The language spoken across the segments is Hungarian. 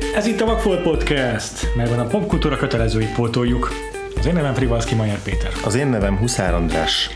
Ez itt a Vagfolt Podcast, melyben a popkultúra kötelezőit pótoljuk. Az én nevem Frivalszki Mayer Péter. Az én nevem Huszár András.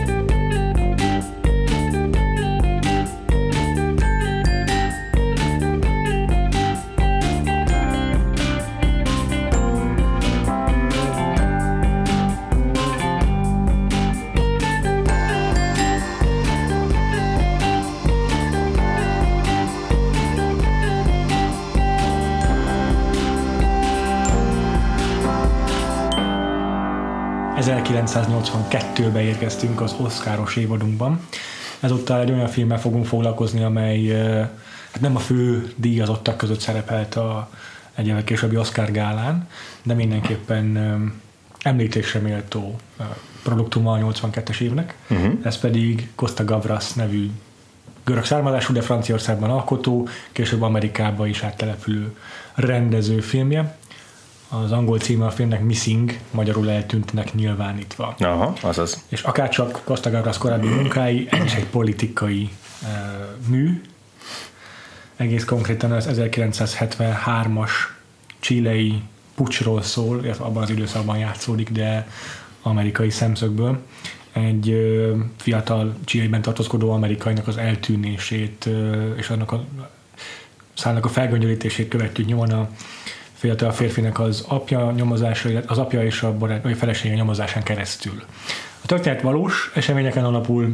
1982-be érkeztünk az Oscaros évadunkban. Ezúttal egy olyan filmmel fogunk foglalkozni, amely hát nem a fő díjazottak között szerepelt egy évvel későbbi Oscar gálán, de mindenképpen említésre méltó produktuma a 82-es évnek. Ez pedig Costa Gavras nevű görög származású, de Franciaországban alkotó, később Amerikába is áttelepülő rendező filmje. Az angol címe a filmnek Missing, magyarul eltűntnek nyilvánítva. Aha, azaz. És akárcsak Costa Gavras korábbi munkái, ez is egy politikai mű. Egész konkrétan az 1973-as chilei puccsról szól, illetve abban az időszakban játszódik, de amerikai szemszögből. Egy fiatal Chilében tartózkodó amerikainak az eltűnését és annak a felgöngyölítését követjük nyomon a fiatal férfinek az apja nyomozása, az apja és a felesége nyomozásán keresztül. A történet valós eseményeken alapul.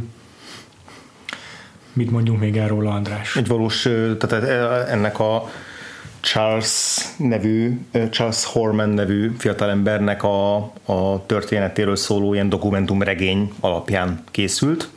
Mit mondjunk még erről, András? Egy valós, tehát ennek a Charles Horman nevű fiatalembernek a történetéről szóló ilyen dokumentumregény alapján készült.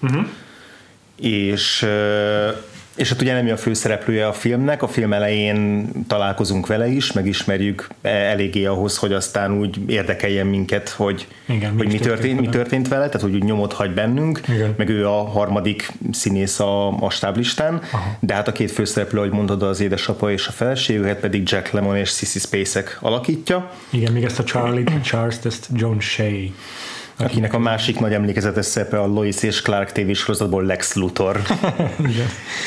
És hát ugye nem a főszereplője a filmnek, a film elején találkozunk vele is, megismerjük eléggé ahhoz, hogy aztán úgy érdekeljen minket, hogy mi történt vele, tehát hogy úgy nyomot hagy bennünk, igen. Meg ő a harmadik színész a stáblistán, de hát a két főszereplő, ahogy mondod, az édesapa és a feleségüket pedig Jack Lemmon és Sissy Spacek alakítja. Igen, még ezt a Charles-t, ezt John Shea. Akinek a másik nagy emlékezetes szerepe a Lois és Clark TV sorozatból Lex Luthor. Igen.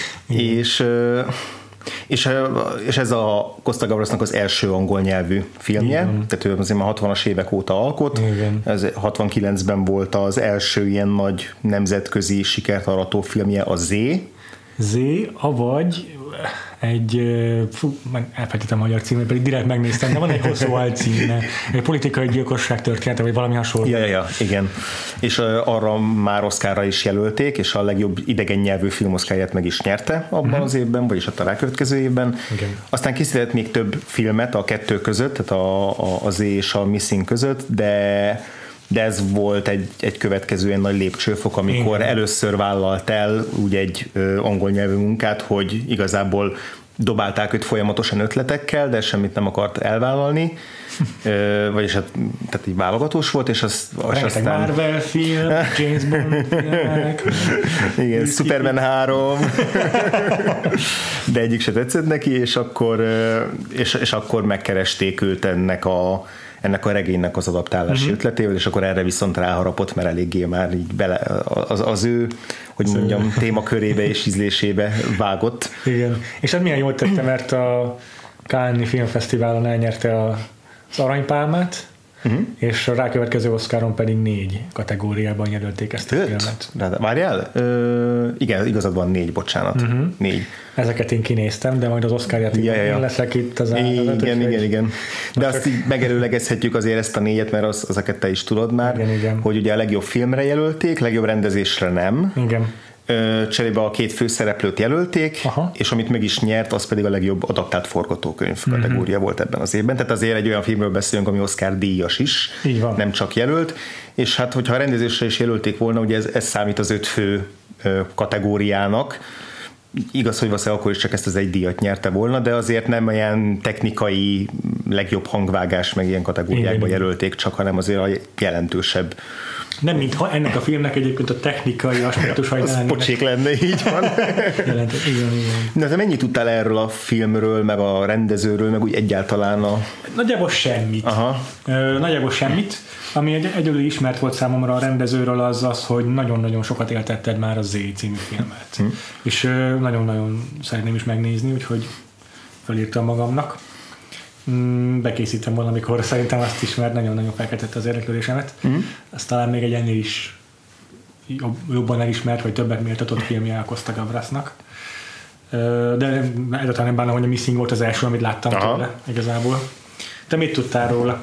És ez a Costa Gavrasnak az első angol nyelvű filmje, igen. Tehát ő azért már 60-as évek óta alkot. Igen. Ez 69-ben volt az első ilyen nagy nemzetközi sikert arató filmje, a Z, avagy egy, elfelejtettem a magyar címét, pedig direkt megnéztem, de van egy hosszú alcíme, egy politikai gyilkosság története, vagy valami hasonló. Ja, igen. És arra már Oscarra is jelölték, és a legjobb idegen nyelvű film Oscarját meg is nyerte abban az évben, vagyis a rákövetkező évben. Igen. Aztán készített még több filmet a kettő között, tehát a Z és a Missing között, de ez volt egy következő ilyen nagy lépcsőfok, amikor először vállalt el úgy egy angol nyelvű munkát, hogy igazából dobálták őt folyamatosan ötletekkel, de semmit nem akart elvállalni, vagyis hát, tehát így válogatós volt, és aztán Marvel film, James Bond filmek, igen, Superman 3, de egyik se tetszett neki, és akkor megkeresték őt ennek a regénynek az adaptálási ötletével, és akkor erre viszont ráharapott, mert eléggé már így bele az ő, hogy mondjam, témakörébe és ízlésébe vágott. Igen, és ez milyen jól tette, mert a Cannes-i Filmfesztiválon elnyerte az Aranypálmát, és a rákövetkező Oscaron pedig 4 kategóriában jelölték ezt a filmet. Várjál? Igen, igazad van, 4, bocsánat. 4. Ezeket én kinéztem, de majd az Oscar-játékban leszek itt az állat. Igen. De azt így megelőlegezhetjük azért ezt a 4-et, mert azokat te is tudod már, igen. Hogy ugye a legjobb filmre jelölték, legjobb rendezésre nem. Igen. Cserébe a két főszereplőt jelölték, és amit meg is nyert, az pedig a legjobb adaptált forgatókönyv kategória volt ebben az évben. Tehát azért egy olyan filmről beszélünk, ami Oscar díjas is, nem csak jelölt. És hát, hogyha a rendezésre is jelölték volna, ugye ez számít az 5 fő kategóriának. Igaz, hogy valószínűleg akkor is csak ezt az egy díjat nyerte volna, de azért nem olyan technikai, legjobb hangvágás meg ilyen kategóriákban jelölték csak, hanem azért a jelentősebb. Nem, mintha ennek a filmnek egyébként a technikai aspektusai lennének. Az pocsék lenne, így van. Igen. Na, te mennyit tudtál erről a filmről, meg a rendezőről, meg úgy egyáltalán Nagyjából semmit. Nagyjából semmit. Ami egyedül ismert volt számomra a rendezőről az, hogy nagyon-nagyon sokat éltetted már a Z című filmet. És nagyon-nagyon szeretném is megnézni, úgyhogy felírtam magamnak. bekészítem valamikor, szerintem azt is, mert nagyon-nagyon felkeltette az érdeklődésemet. Az talán még egy ennél is jobban elismert, vagy többet méltatott filmje a Costa Gavrasnak. De egyáltalán nem bánom, hogy a Missing volt az első, amit láttam tőle igazából. Te mit tudtál róla?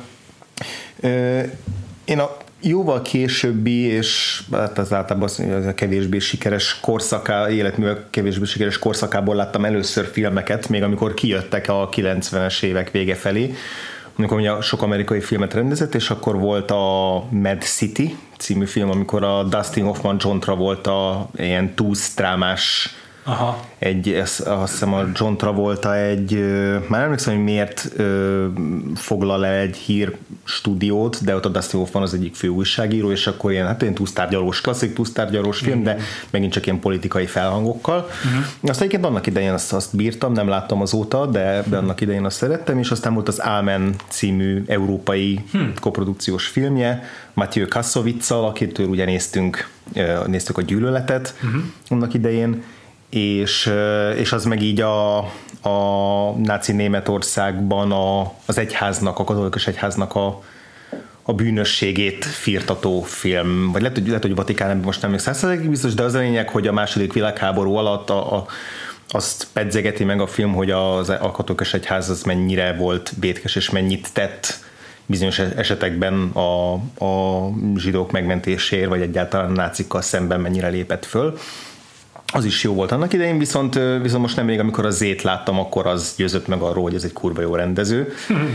Én a jóval későbbi, és hát az általában a kevésbé sikeres életművel kevésbé sikeres korszakából láttam először filmeket, még amikor kijöttek a 90-es évek vége felé, amikor ugye sok amerikai filmet rendezett, és akkor volt a Mad City című film, amikor a Dustin Hoffman, John Travolta ilyen túlsztrámás azt hiszem a John Travolta már nem emlékszem, hogy miért foglal el egy hírstúdiót, de ott a Dustin Hoffman az egyik fő újságíró, és akkor ilyen túlsztárgyalós, klasszik túlsztárgyalós film, de megint csak ilyen politikai felhangokkal. Azt egyébként annak idején azt bírtam, nem láttam azóta, de annak idején azt szerettem, és aztán volt az Amen című európai koprodukciós filmje, Mathieu Kassovitz-szal, akitől ugye néztük a Gyűlöletet annak idején, és az meg így a náci Németországban az egyháznak, a katolikus egyháznak a bűnösségét firtató film, vagy lehet, hogy Vatikán, most nem még 100% biztos, de az a lényeg, hogy a második világháború alatt azt pedzegeti meg a film, hogy a katolikus egyház az mennyire volt vétkes, és mennyit tett bizonyos esetekben a zsidók megmentéséért, vagy egyáltalán a nácikkal szemben mennyire lépett föl. Az is jó volt annak idején, viszont most nemrég, amikor a Z-t láttam, akkor az győzött meg arról, hogy ez egy kurva jó rendező.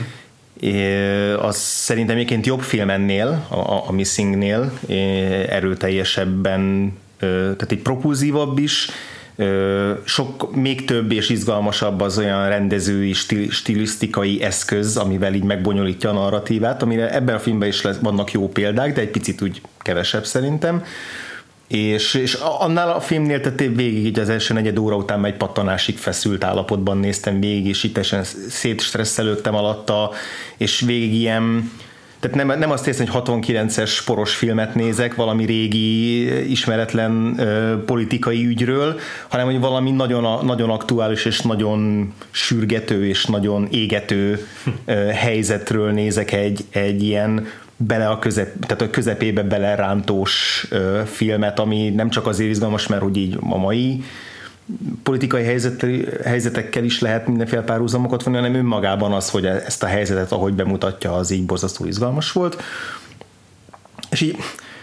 Az szerintem egyébként jobb film ennél, a Missingnél, erőteljesebben, tehát egy propulzívabb is, még több és izgalmasabb az olyan rendezői, stilisztikai eszköz, amivel így megbonyolítja a narratívát, amire ebben a filmben is vannak jó példák, de egy picit úgy kevesebb szerintem. És annál a filmnél, tehát végig így az első negyed óra után már egy pattanásig feszült állapotban néztem végig, és itt szétstresszelődtem alatta, és végig ilyen, tehát nem azt érzem, hogy 69-es poros filmet nézek valami régi, ismeretlen politikai ügyről, hanem hogy valami nagyon, nagyon aktuális, és nagyon sürgető, és nagyon égető helyzetről nézek egy ilyen tehát a közepébe belerántós filmet, ami nem csak azért izgalmas, mert hogy így a mai politikai helyzetekkel is lehet mindenféle párhuzamokat vonni, hanem önmagában az, hogy ezt a helyzetet, ahogy bemutatja, az így borzasztó izgalmas volt. És így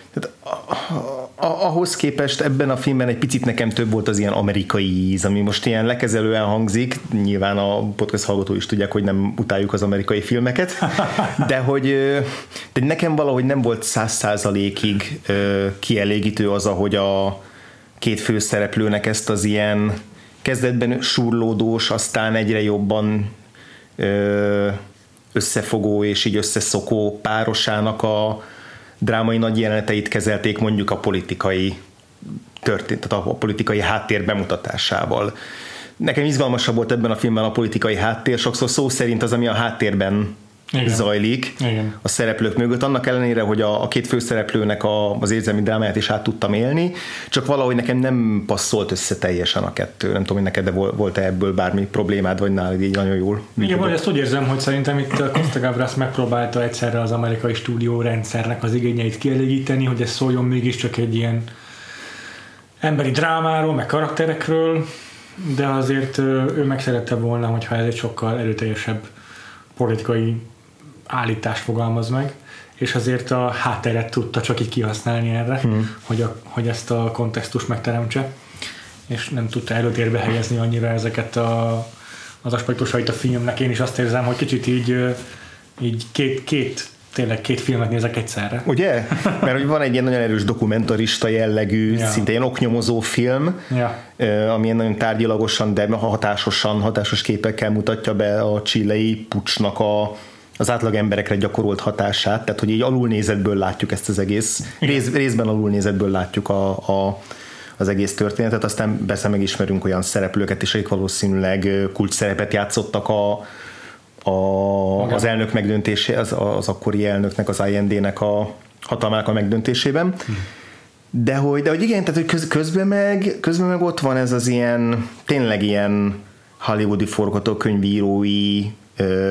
ahhoz képest ebben a filmben egy picit nekem több volt az ilyen amerikai íz, ami most ilyen lekezelően hangzik, nyilván a podcast hallgató is tudják, hogy nem utáljuk az amerikai filmeket, de nekem valahogy nem volt 100%-ig kielégítő az, ahogy a két főszereplőnek ezt az ilyen kezdetben surlódós, aztán egyre jobban összefogó és így összeszokó párosának a drámai nagy jeleneteit kezelték mondjuk a politikai tehát a politikai háttér bemutatásával. Nekem izgalmasabb volt ebben a filmben a politikai háttér, sokszor szó szerint az, ami a háttérben zajlik a szereplők mögött, annak ellenére, hogy a két főszereplőnek az érzelmi drámáját is át tudtam élni, csak valahogy nekem nem passzolt össze teljesen a kettő. Nem tudom, hogy neked volt-e ebből bármi problémád, vagy nálad így nagyon jól működött. Igen, vagy ezt úgy érzem, hogy szerintem itt a Costa Gavras megpróbálta egyszerre az amerikai stúdiórendszernek az igényeit kielégíteni, hogy ez szóljon mégiscsak egy ilyen emberi drámáról, meg karakterekről, de azért ő meg szerette volna, hogyha ez egy sokkal erőteljesebb politikai állítást fogalmaz meg, és azért a hátteret tudta csak így kihasználni erre, hogy ezt a kontextust megteremtse, és nem tudta előtérbe helyezni annyira ezeket az aspektusait a filmnek. Én is azt érzem, hogy kicsit így tényleg két filmet nézek egyszerre. Ugye? Mert hogy van egy ilyen nagyon erős dokumentarista jellegű, szinte ilyen oknyomozó film, ami ilyen nagyon tárgyilagosan, de hatásos képekkel mutatja be a chilei puccsnak az átlag emberekre gyakorolt hatását, tehát hogy így alulnézetből látjuk ezt az egész, részben alulnézetből látjuk az egész történetet, aztán persze megismerünk olyan szereplőket is, akik valószínűleg kulcs szerepet játszottak az elnök megdöntése, az akkori elnöknek, az IND-nek a hatalmának a megdöntésében. De hogy igen, tehát hogy közben meg ott van ez az ilyen, tényleg ilyen hollywoodi forgatókönyvírói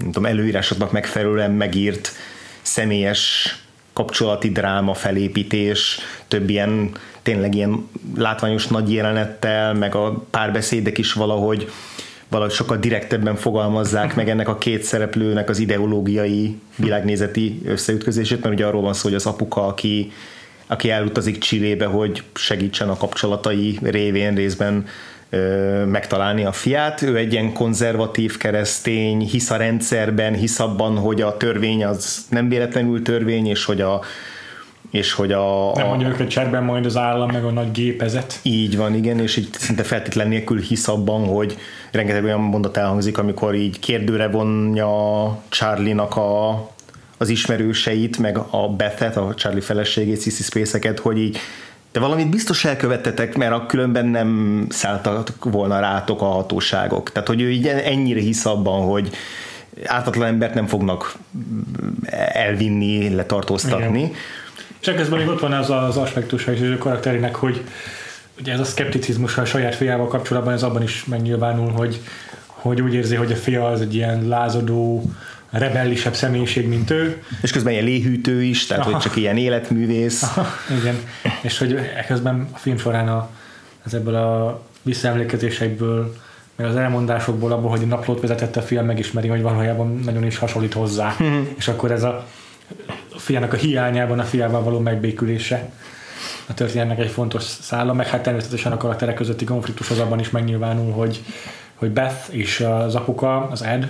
nem tudom, előírásoknak megfelelően megírt személyes kapcsolati dráma felépítés, több ilyen tényleg ilyen látványos nagy jelenettel, meg a párbeszédek is valahogy sokkal direktebben fogalmazzák meg ennek a két szereplőnek az ideológiai, világnézeti összeütközését, mert ugye arról van szó, hogy az apuka, aki elutazik Chilébe, hogy segítsen a kapcsolatai révén részben megtalálni a fiát. Ő egy ilyen konzervatív keresztény, hisz a rendszerben, hisz abban, hogy a törvény az nem véletlenül törvény, és hogy nem mondja őket cserben majd az állam, meg a nagy gépezet. Így van, igen, és így szinte feltétlen nélkül hisz abban, hogy rengeteg olyan mondat elhangzik, amikor így kérdőre vonja Charlie-nak az ismerőseit, meg a Bethet, a Charlie feleségét, Sissy Spaceket, hogy így de valamit biztos elkövettetek, mert különben nem szálltak volna rátok a hatóságok. Tehát, hogy ő így ennyire hisz abban, hogy ártatlan embert nem fognak elvinni, letartóztatni. Igen. És ekközben még ott van az aspektusa is az ő karakterének, hogy ugye ez a szkepticizmus a saját fiával kapcsolatban, ez abban is megnyilvánul, hogy úgy érzi, hogy a fia az egy ilyen lázadó, rebellisebb személyiség, mint ő. És közben ilyen léhűtő is, tehát hogy csak ilyen életművész. Igen, és hogy ekközben a film során az ebből a visszaemlékezésekből, meg az elmondásokból abból, hogy a naplót vezetett a film, megismeri, hogy valójában nagyon is hasonlít hozzá. És akkor ez a fiának a hiányában a fiával való megbékülése a történetnek egy fontos szála, meg hát természetesen a karakterek közötti konfliktus az abban is megnyilvánul, hogy Beth és az apuka, az Ed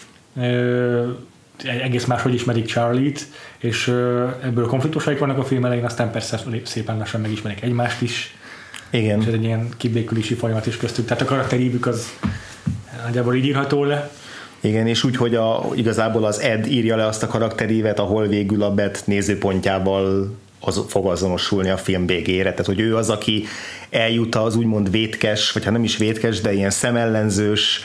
egész máshogy ismerik Charlie-t, és ebből konfliktusaik vannak a film elején, aztán persze szépen lassan megismerik egymást is. Igen. És ez egy ilyen kibékülési folyamat is köztük. Tehát a karakterívük az nagyjából így írható le. Igen, és úgy, hogy igazából az Ed írja le azt a karakterívet, ahol végül a Beth nézőpontjával fog azonosulni a film végére. Tehát, hogy ő az, aki eljut az úgymond vétkes, vagy hát nem is vétkes, de ilyen szemellenzős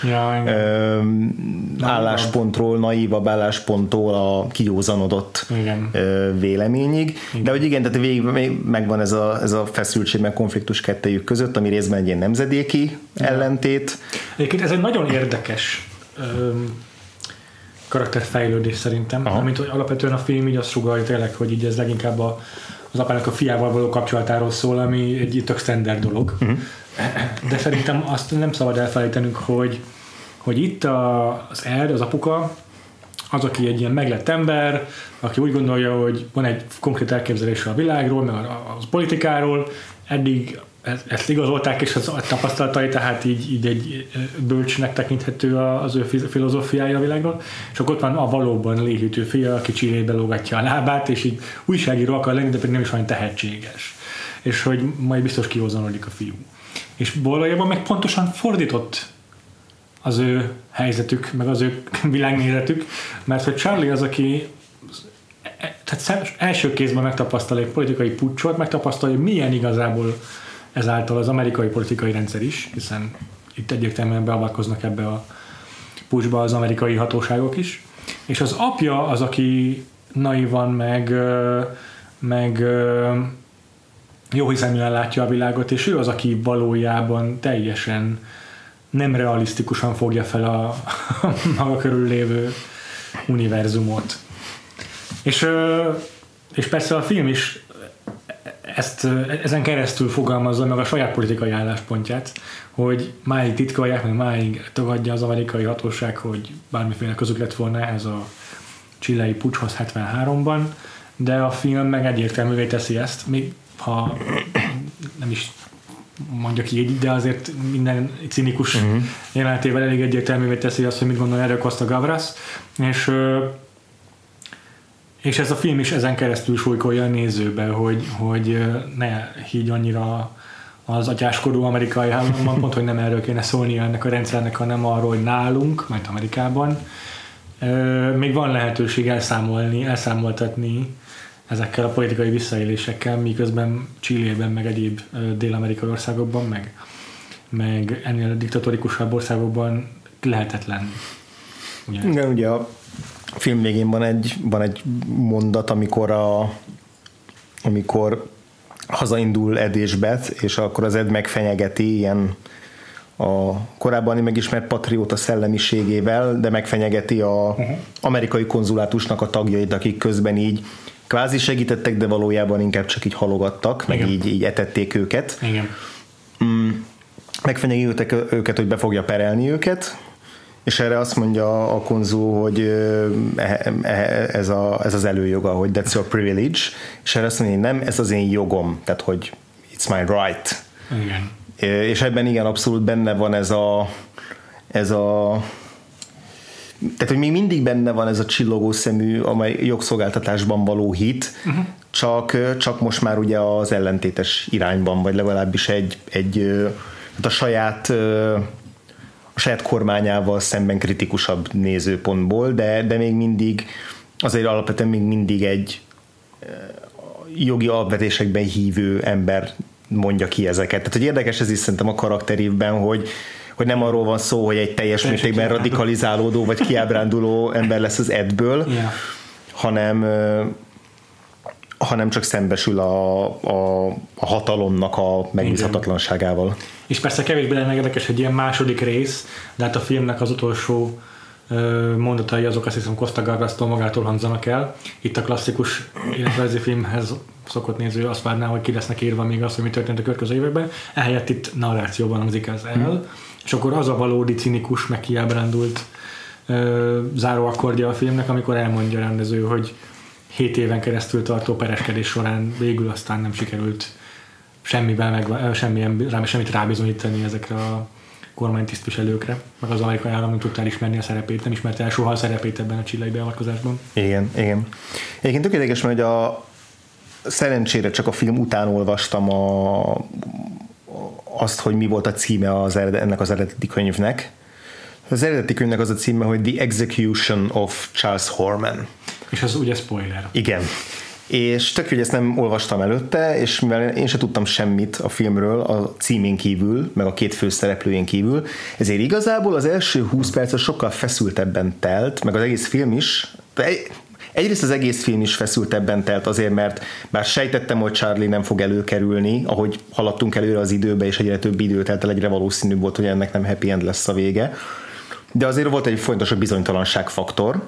álláspontról, naívabb állásponttól a kijózanodott véleményig. Igen. De hogy igen, tehát végig megvan ez a feszültség, meg konfliktus kettejük között, ami részben egy ilyen nemzedéki ellentét. Egyébként ez egy nagyon érdekes karakterfejlődés szerintem, amit alapvetően a film így azt sugallja tényleg, hogy így ez leginkább az apának a fiával való kapcsolatáról szól, ami egy tök standard dolog. De szerintem azt nem szabad elfelejtenünk, hogy itt az Ed, az apuka, az, aki egy ilyen meglett ember, aki úgy gondolja, hogy van egy konkrét elképzelése a világról, meg a politikáról, eddig ezt igazolták, és az tapasztalatai, tehát így egy bölcsnek tekinthető az ő filozófiája a világról, és akkor ott van a valóban léhűtő fia, aki Chilébe lógatja a lábát, és így újságíró akar lenni, de pedig nem is olyan tehetséges. És hogy majd biztos kihozanodik a fiú. És valójában meg pontosan fordított az ő helyzetük, meg az ő világnézetük, mert hogy Charlie az, aki tehát első kézben megtapasztal egy politikai puccsot, megtapasztalja, hogy milyen igazából ezáltal az amerikai politikai rendszer is, hiszen itt egyértelműen beavatkoznak ebbe a pucsba az amerikai hatóságok is. És az apja az, aki naivan, meg jóhiszeműen látja a világot, és ő az, aki valójában teljesen nem realisztikusan fogja fel a maga körül lévő univerzumot. És persze a film is ezen keresztül fogalmazza meg a saját politikai álláspontját, hogy máig titkolják, meg máig tagadja az amerikai hatóság, hogy bármiféle közük lett volna ez a chilei puccshoz 73-ban, de a film meg egyértelművé teszi ezt, még ha nem is mondja ki így, de azért minden cinikus jelenetével elég egyértelművé teszi azt, hogy mit gondol erről Costa Gavras, és ez a film is ezen keresztül súlykolja a nézőbe, hogy ne higgy annyira az atyáskodó amerikai államban, pont, hogy nem erről kéne szólni ennek a rendszernek, hanem arról, hogy nálunk, majd Amerikában még van lehetőség elszámoltatni ezekkel a politikai visszaélésekkel, miközben Chilében, meg egyéb dél-amerikai országokban, meg ennél diktatórikusabb országokban lehetetlen. Igen, ugye a film végén van egy mondat, amikor hazaindul Ed és Beth, és akkor az Ed megfenyegeti ilyen a korábban megismert patrióta szellemiségével, de megfenyegeti a amerikai konzulátusnak a tagjait, akik közben így kvázi segítettek, de valójában inkább csak így halogattak, meg így etették őket. Igen. Megfenyegi őket, hogy be fogja perelni őket, és erre azt mondja a konzul, hogy ez az előjoga, hogy that's your privilege, és erre azt mondja, hogy nem, ez az én jogom, tehát hogy it's my right. Igen. És ebben igen, abszolút benne van ez a tehát, hogy még mindig benne van ez a csillogó szemű, amely jogszolgáltatásban való hit, csak most már ugye az ellentétes irányban, vagy legalábbis a saját kormányával szemben kritikusabb nézőpontból, de még mindig azért alapvetően még mindig egy jogi alapvetésekben hívő ember mondja ki ezeket. Tehát, hogy érdekes ez is szerintem a karakterívben, hogy nem arról van szó, hogy egy teljes mértékben radikalizálódó vagy kiábránduló ember lesz az Edből, hanem csak szembesül a hatalomnak a megbízhatatlanságával. És persze kevésbé lenne érdekes egy ilyen második rész, de hát a filmnek az utolsó mondatai azok azt hiszem Costa Gavras-tól magától hangzanak el. Itt a klasszikus életrajzi filmhez szokott néző azt várná, hogy ki lesznek írva még az, hogy mi történt a következő években. Ehelyett itt narrációban hangzik ez el. És akkor az a valódi cinikus, meg kiábrándult záróakkordja a filmnek, amikor elmondja a rendező, hogy 7 éven keresztül tartó pereskedés során végül aztán nem sikerült semmit rábizonyítani ezekre a kormánytisztviselőkre, meg az amerikai állam nem tudta elismerni a szerepét, nem ismerte el soha a szerepét ebben a chilei beavatkozásban. Igen. Egyébként tök érdekes, hogy szerencsére csak a film után olvastam azt, hogy mi volt a címe ennek az eredeti könyvnek. Az eredeti könyvnek az a címe, hogy The Execution of Charles Horman. És az ugye spoiler. Igen. És tök, hogy ezt nem olvastam előtte, és mivel én se tudtam semmit a filmről a címén kívül, meg a 2 főszereplőjén kívül, ezért igazából az első 20 perc sokkal feszültebben telt, meg az egész film is. Egyrészt az egész film is feszültebben telt azért, mert bár sejtettem, hogy Charlie nem fog előkerülni, ahogy haladtunk előre az időbe, és egyre több idő telt el, egyre valószínűbb volt, hogy ennek nem happy end lesz a vége. De azért volt egy fontos bizonytalanságfaktor.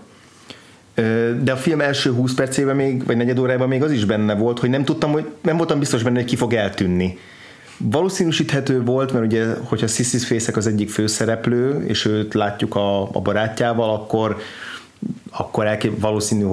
De a film első 20 percében még, vagy negyed órában még az is benne volt, hogy nem voltam biztos benne, hogy ki fog eltűnni. Valószínűsíthető volt, mert ugye, hogyha Sissy Spacek az egyik főszereplő, és őt látjuk a barátjával, akkor valószínű,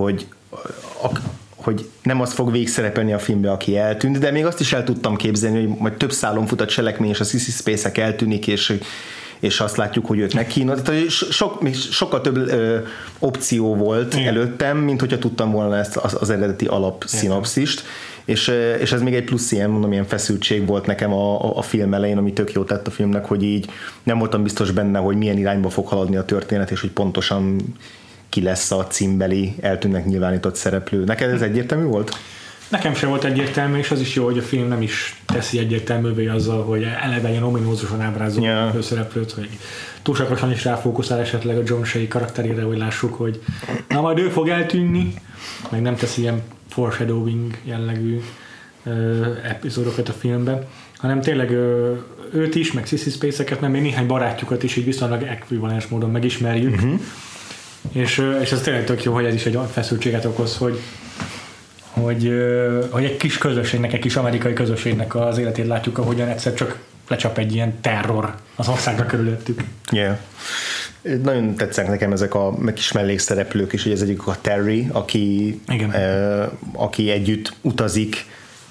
hogy nem az fog végszerepelni a filmbe, aki eltűnt, de még azt is el tudtam képzelni, hogy majd több szálon fut a cselekmény, és a Sissy Spacek eltűnik, és azt látjuk, hogy őt megkínolt. Tehát sokkal több opció volt előttem, mint hogyha tudtam volna ezt az eredeti alapszinopszist, és ez még egy plusz ilyen feszültség volt nekem a film elején, ami tök jó tett a filmnek, hogy így nem voltam biztos benne, hogy milyen irányba fog haladni a történet, és hogy pontosan ki lesz a címbeli eltűnnek nyilvánított szereplő. Neked ez egyértelmű volt? Nekem sem volt egyértelmű, és az is jó, hogy a film nem is teszi egyértelművé azzal, hogy eleve ilyen ominózusan ábrázol a főszereplőt, hogy túlságosan is ráfókuszál esetleg a John Shea karakterére, hogy lássuk, hogy na majd ő fog eltűnni, meg nem teszi ilyen foreshadowing jellegű epizódokat a filmben, hanem tényleg őt is, meg Sissy Spaceket, meg még néhány barátjukat is így viszonylag ekvivalens módon megismerjük, és ez tényleg tök jó, hogy ez is egy feszültséget okoz, hogy egy kis közösségnek, egy kis amerikai közösségnek az életét látjuk, ahogyan egyszer csak lecsap egy ilyen terror az országra körülöttük. Yeah. Nagyon tetszenek nekem ezek a kis mellékszereplők is, hogy ez egyik a Terry, aki együtt utazik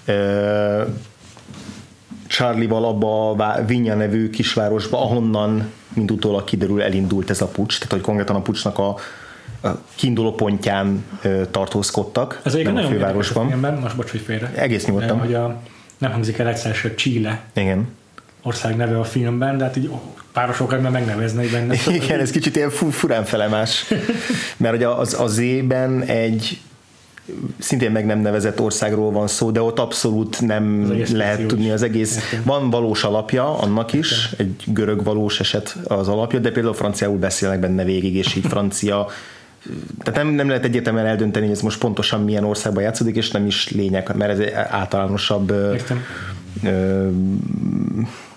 Charlie-val abba a Vinya nevű kisvárosba, ahonnan, mint utólag kiderül, elindult ez a puccs, tehát hogy konkrétan a puccsnak a kiinduló pontján tartózkodtak. Ez egyébként nagyon fővárosban. Filmben, most bocs, hogy félre. Egész nyugodtan. Hogy nem hangzik el egyszer se Chile. Igen. Ország neve a filmben, de hát így párosokat már megneveznek benne. Igen, ez kicsit ilyen furán felemás. Mert ugye az Z-ben egy szintén meg nem nevezett országról van szó, de ott abszolút nem lehet tudni az egész. Értem. Van valós alapja annak is, egy görög valós eset az alapja, de például franciául beszélnek benne végig, és így francia. Tehát nem lehet egyértelműen eldönteni, hogy ez most pontosan milyen országban játszódik, és nem is lényeg, mert ez egy általánosabb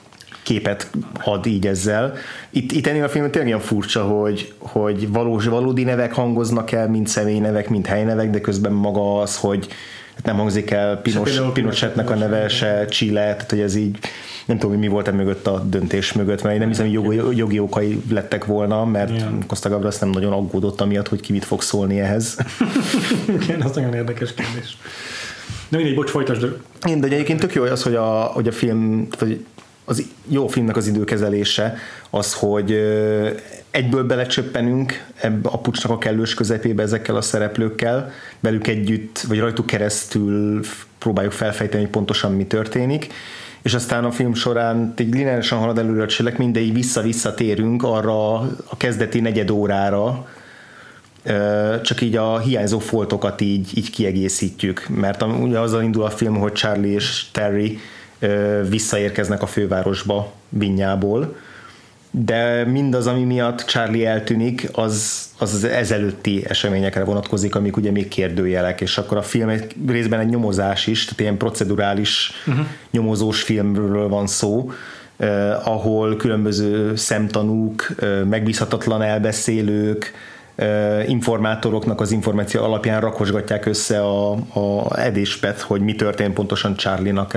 képet ad így ezzel. Itt ennél a filmben tényleg ilyen furcsa, hogy valódi nevek hangoznak el, mint személynevek, mint helynevek, de közben maga az, hogy nem hangzik el Pinochetnek a neve, se Chile, tehát hogy ez így, nem tudom, hogy mi volt mögött a döntés mögött, mert én nem hiszem, hogy jogi okai lettek volna, mert Costa Gavras nem nagyon aggódott amiatt, hogy ki mit fog szólni ehhez. Igen, az nagyon érdekes kérdés. Na mindegy, bocs, folytasd. De egyébként tök jó az, hogy a film, vagy az jó filmnek az időkezelése az, hogy egyből belecsöppenünk ebbe a pucsnak a kellős közepébe ezekkel a szereplőkkel, velük együtt, vagy rajtuk keresztül próbáljuk felfejteni, hogy pontosan mi történik, és aztán a film során egy lineárisan halad előre a cselekmény, de így vissza-visszatérünk arra a kezdeti negyed órára, csak így a hiányzó foltokat így kiegészítjük, mert ugye azzal indul a film, hogy Charlie és Terry visszaérkeznek a fővárosba Vinnyából, de mindaz, ami miatt Charlie eltűnik, az ezelőtti eseményekre vonatkozik, amik ugye még kérdőjelek, és akkor a film részben egy nyomozás is, tehát ilyen procedurális nyomozós filmről van szó, ahol különböző szemtanúk, megbízhatatlan elbeszélők, informátoroknak az információ alapján rakosgatják össze a edéspet, hogy mi történt pontosan Charlie-nak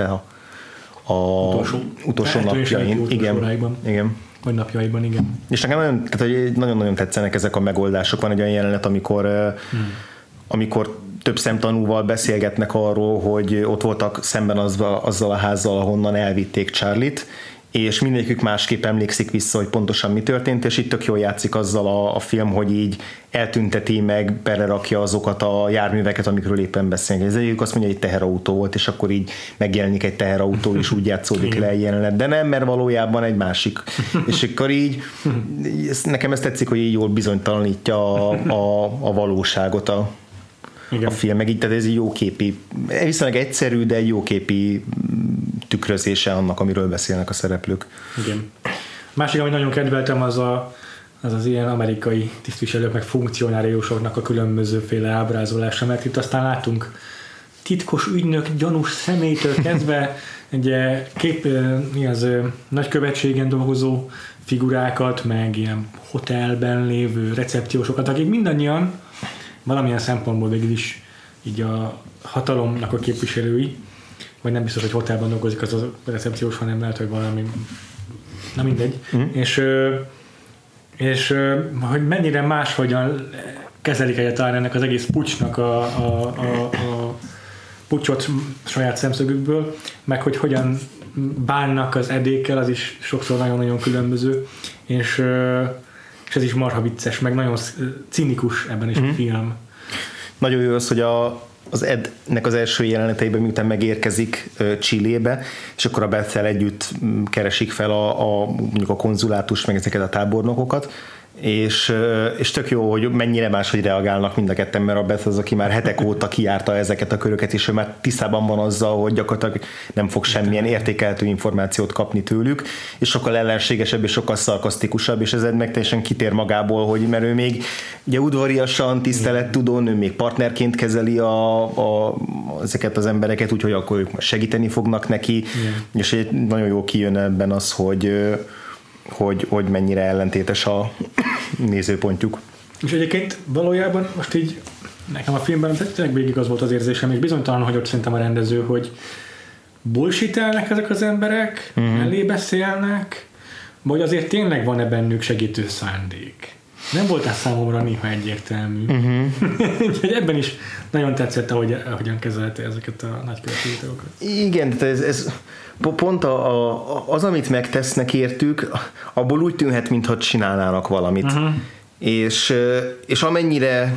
utolsó napjain. Igen. Vagy napjaiban, igen. És nekem nagyon-nagyon tetszenek ezek a megoldások. Van egy olyan jelenet, amikor több szemtanúval beszélgetnek arról, hogy ott voltak szemben azzal a házzal, ahonnan elvitték Charlie-t, és mindegyikük másképp emlékszik vissza, hogy pontosan mi történt, és itt tök jól játszik azzal a film, hogy így eltünteti meg, belerakja azokat a járműveket, amikről éppen beszélünk. Ez egyik azt mondja, hogy egy teherautó volt, és akkor így megjelenik egy teherautó, és úgy játszódik le egy jelenet, de nem, mert valójában egy másik. És akkor így, nekem ez tetszik, hogy így jól bizonytalanítja a valóságot a film, meg így, tehát ez egy jóképi, viszonylag egyszerű, de egy jóképi tükrözése annak, amiről beszélnek a szereplők. Igen. Másik, amit nagyon kedveltem, az ilyen amerikai tisztviselők, meg funkcionáriusoknak a különbözőféle ábrázolása, mert itt aztán látunk titkos ügynök, gyanús személytől kezdve egy nagykövetségen dolgozó figurákat, meg ilyen hotelben lévő recepciósokat, akik mindannyian valamilyen szempontból végül is így a hatalomnak a képviselői, vagy nem biztos, hogy hotelben dolgozik az a recepciós, hanem lehet, hogy valami, na mindegy. És hogy mennyire máshogyan kezelik egyáltalán ennek az egész pucsnak a pucsot saját szemszögükből, meg hogy hogyan bánnak az edékkel, az is sokszor nagyon-nagyon különböző, és ez is marha vicces, meg nagyon cinikus ebben is a film. Nagyon jó az, hogy az Ednek az első jeleneteiben, miután megérkezik Chilébe, és akkor a Beth-tel együtt keresik fel mondjuk a konzulátus, meg ezeket a tábornokokat, és tök jó, hogy mennyire máshogy reagálnak mind a ketten, mert a Beth az, aki már hetek óta kijárta ezeket a köröket, és ő már tisztában van azzal, hogy gyakorlatilag nem fog semmilyen értékeltő információt kapni tőlük, és sokkal ellenségesebb, és sokkal szarkasztikusabb, és ez meg teljesen kitér magából, hogy mert ő még ugye udvariasan, tisztelettudón, ő még partnerként kezeli ezeket az embereket, úgyhogy akkor ők segíteni fognak neki, és nagyon jó kijön ebben az, hogy mennyire ellentétes a nézőpontjuk. És egyébként valójában most így nekem a filmben tényleg végig az volt az érzésem, és bizonytalan hagyott szerintem a rendező, hogy bullshitelnek ezek az emberek, elé beszélnek, vagy azért tényleg van-e bennük segítő szándék. Nem volt ez számomra néha egyértelmű. Úgyhogy ebben is nagyon tetszett, ahogyan kezelte ezeket a nagyköveti videókat. Igen, tehát ez pont az, amit megtesznek értük, abból úgy tűnhet, mintha csinálnának valamit. És amennyire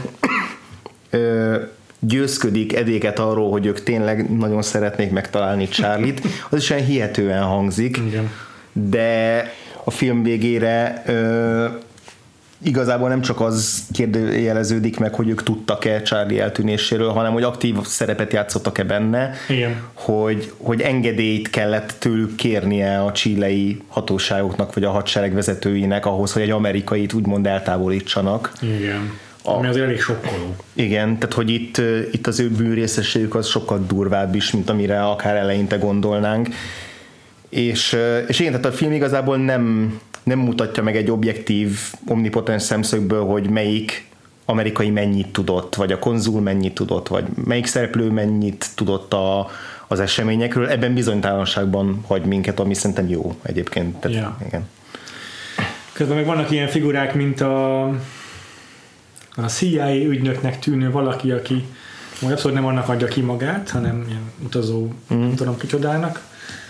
győzködik edéket arról, hogy ők tényleg nagyon szeretnék megtalálni Charlie-t, az is olyan hihetően hangzik. Igen. De a film végére igazából nem csak az kérdőjeleződik meg, hogy ők tudtak-e Charlie eltűnéséről, hanem hogy aktív szerepet játszottak-e benne, hogy engedélyt kellett tőlük kérnie a chilei hatóságoknak, vagy a hadsereg vezetőinek ahhoz, hogy egy amerikait úgymond eltávolítsanak. Igen. Ami azért elég sokkoló. Igen, tehát hogy itt az ő bűnrészességük az sokkal durvább is, mint amire akár eleinte gondolnánk. És igen, tehát a film igazából nem mutatja meg egy objektív, omnipotens szemszögből, hogy melyik amerikai mennyit tudott, vagy a konzul mennyit tudott, vagy melyik szereplő mennyit tudott az eseményekről. Ebben bizonytalanságban hagy minket, ami szerintem jó egyébként. Tehát, igen. Közben meg vannak ilyen figurák, mint a CIA ügynöknek tűnő valaki, aki majd abszolút nem annak adja ki magát, hanem ilyen utazó, nem tudom kicsodának,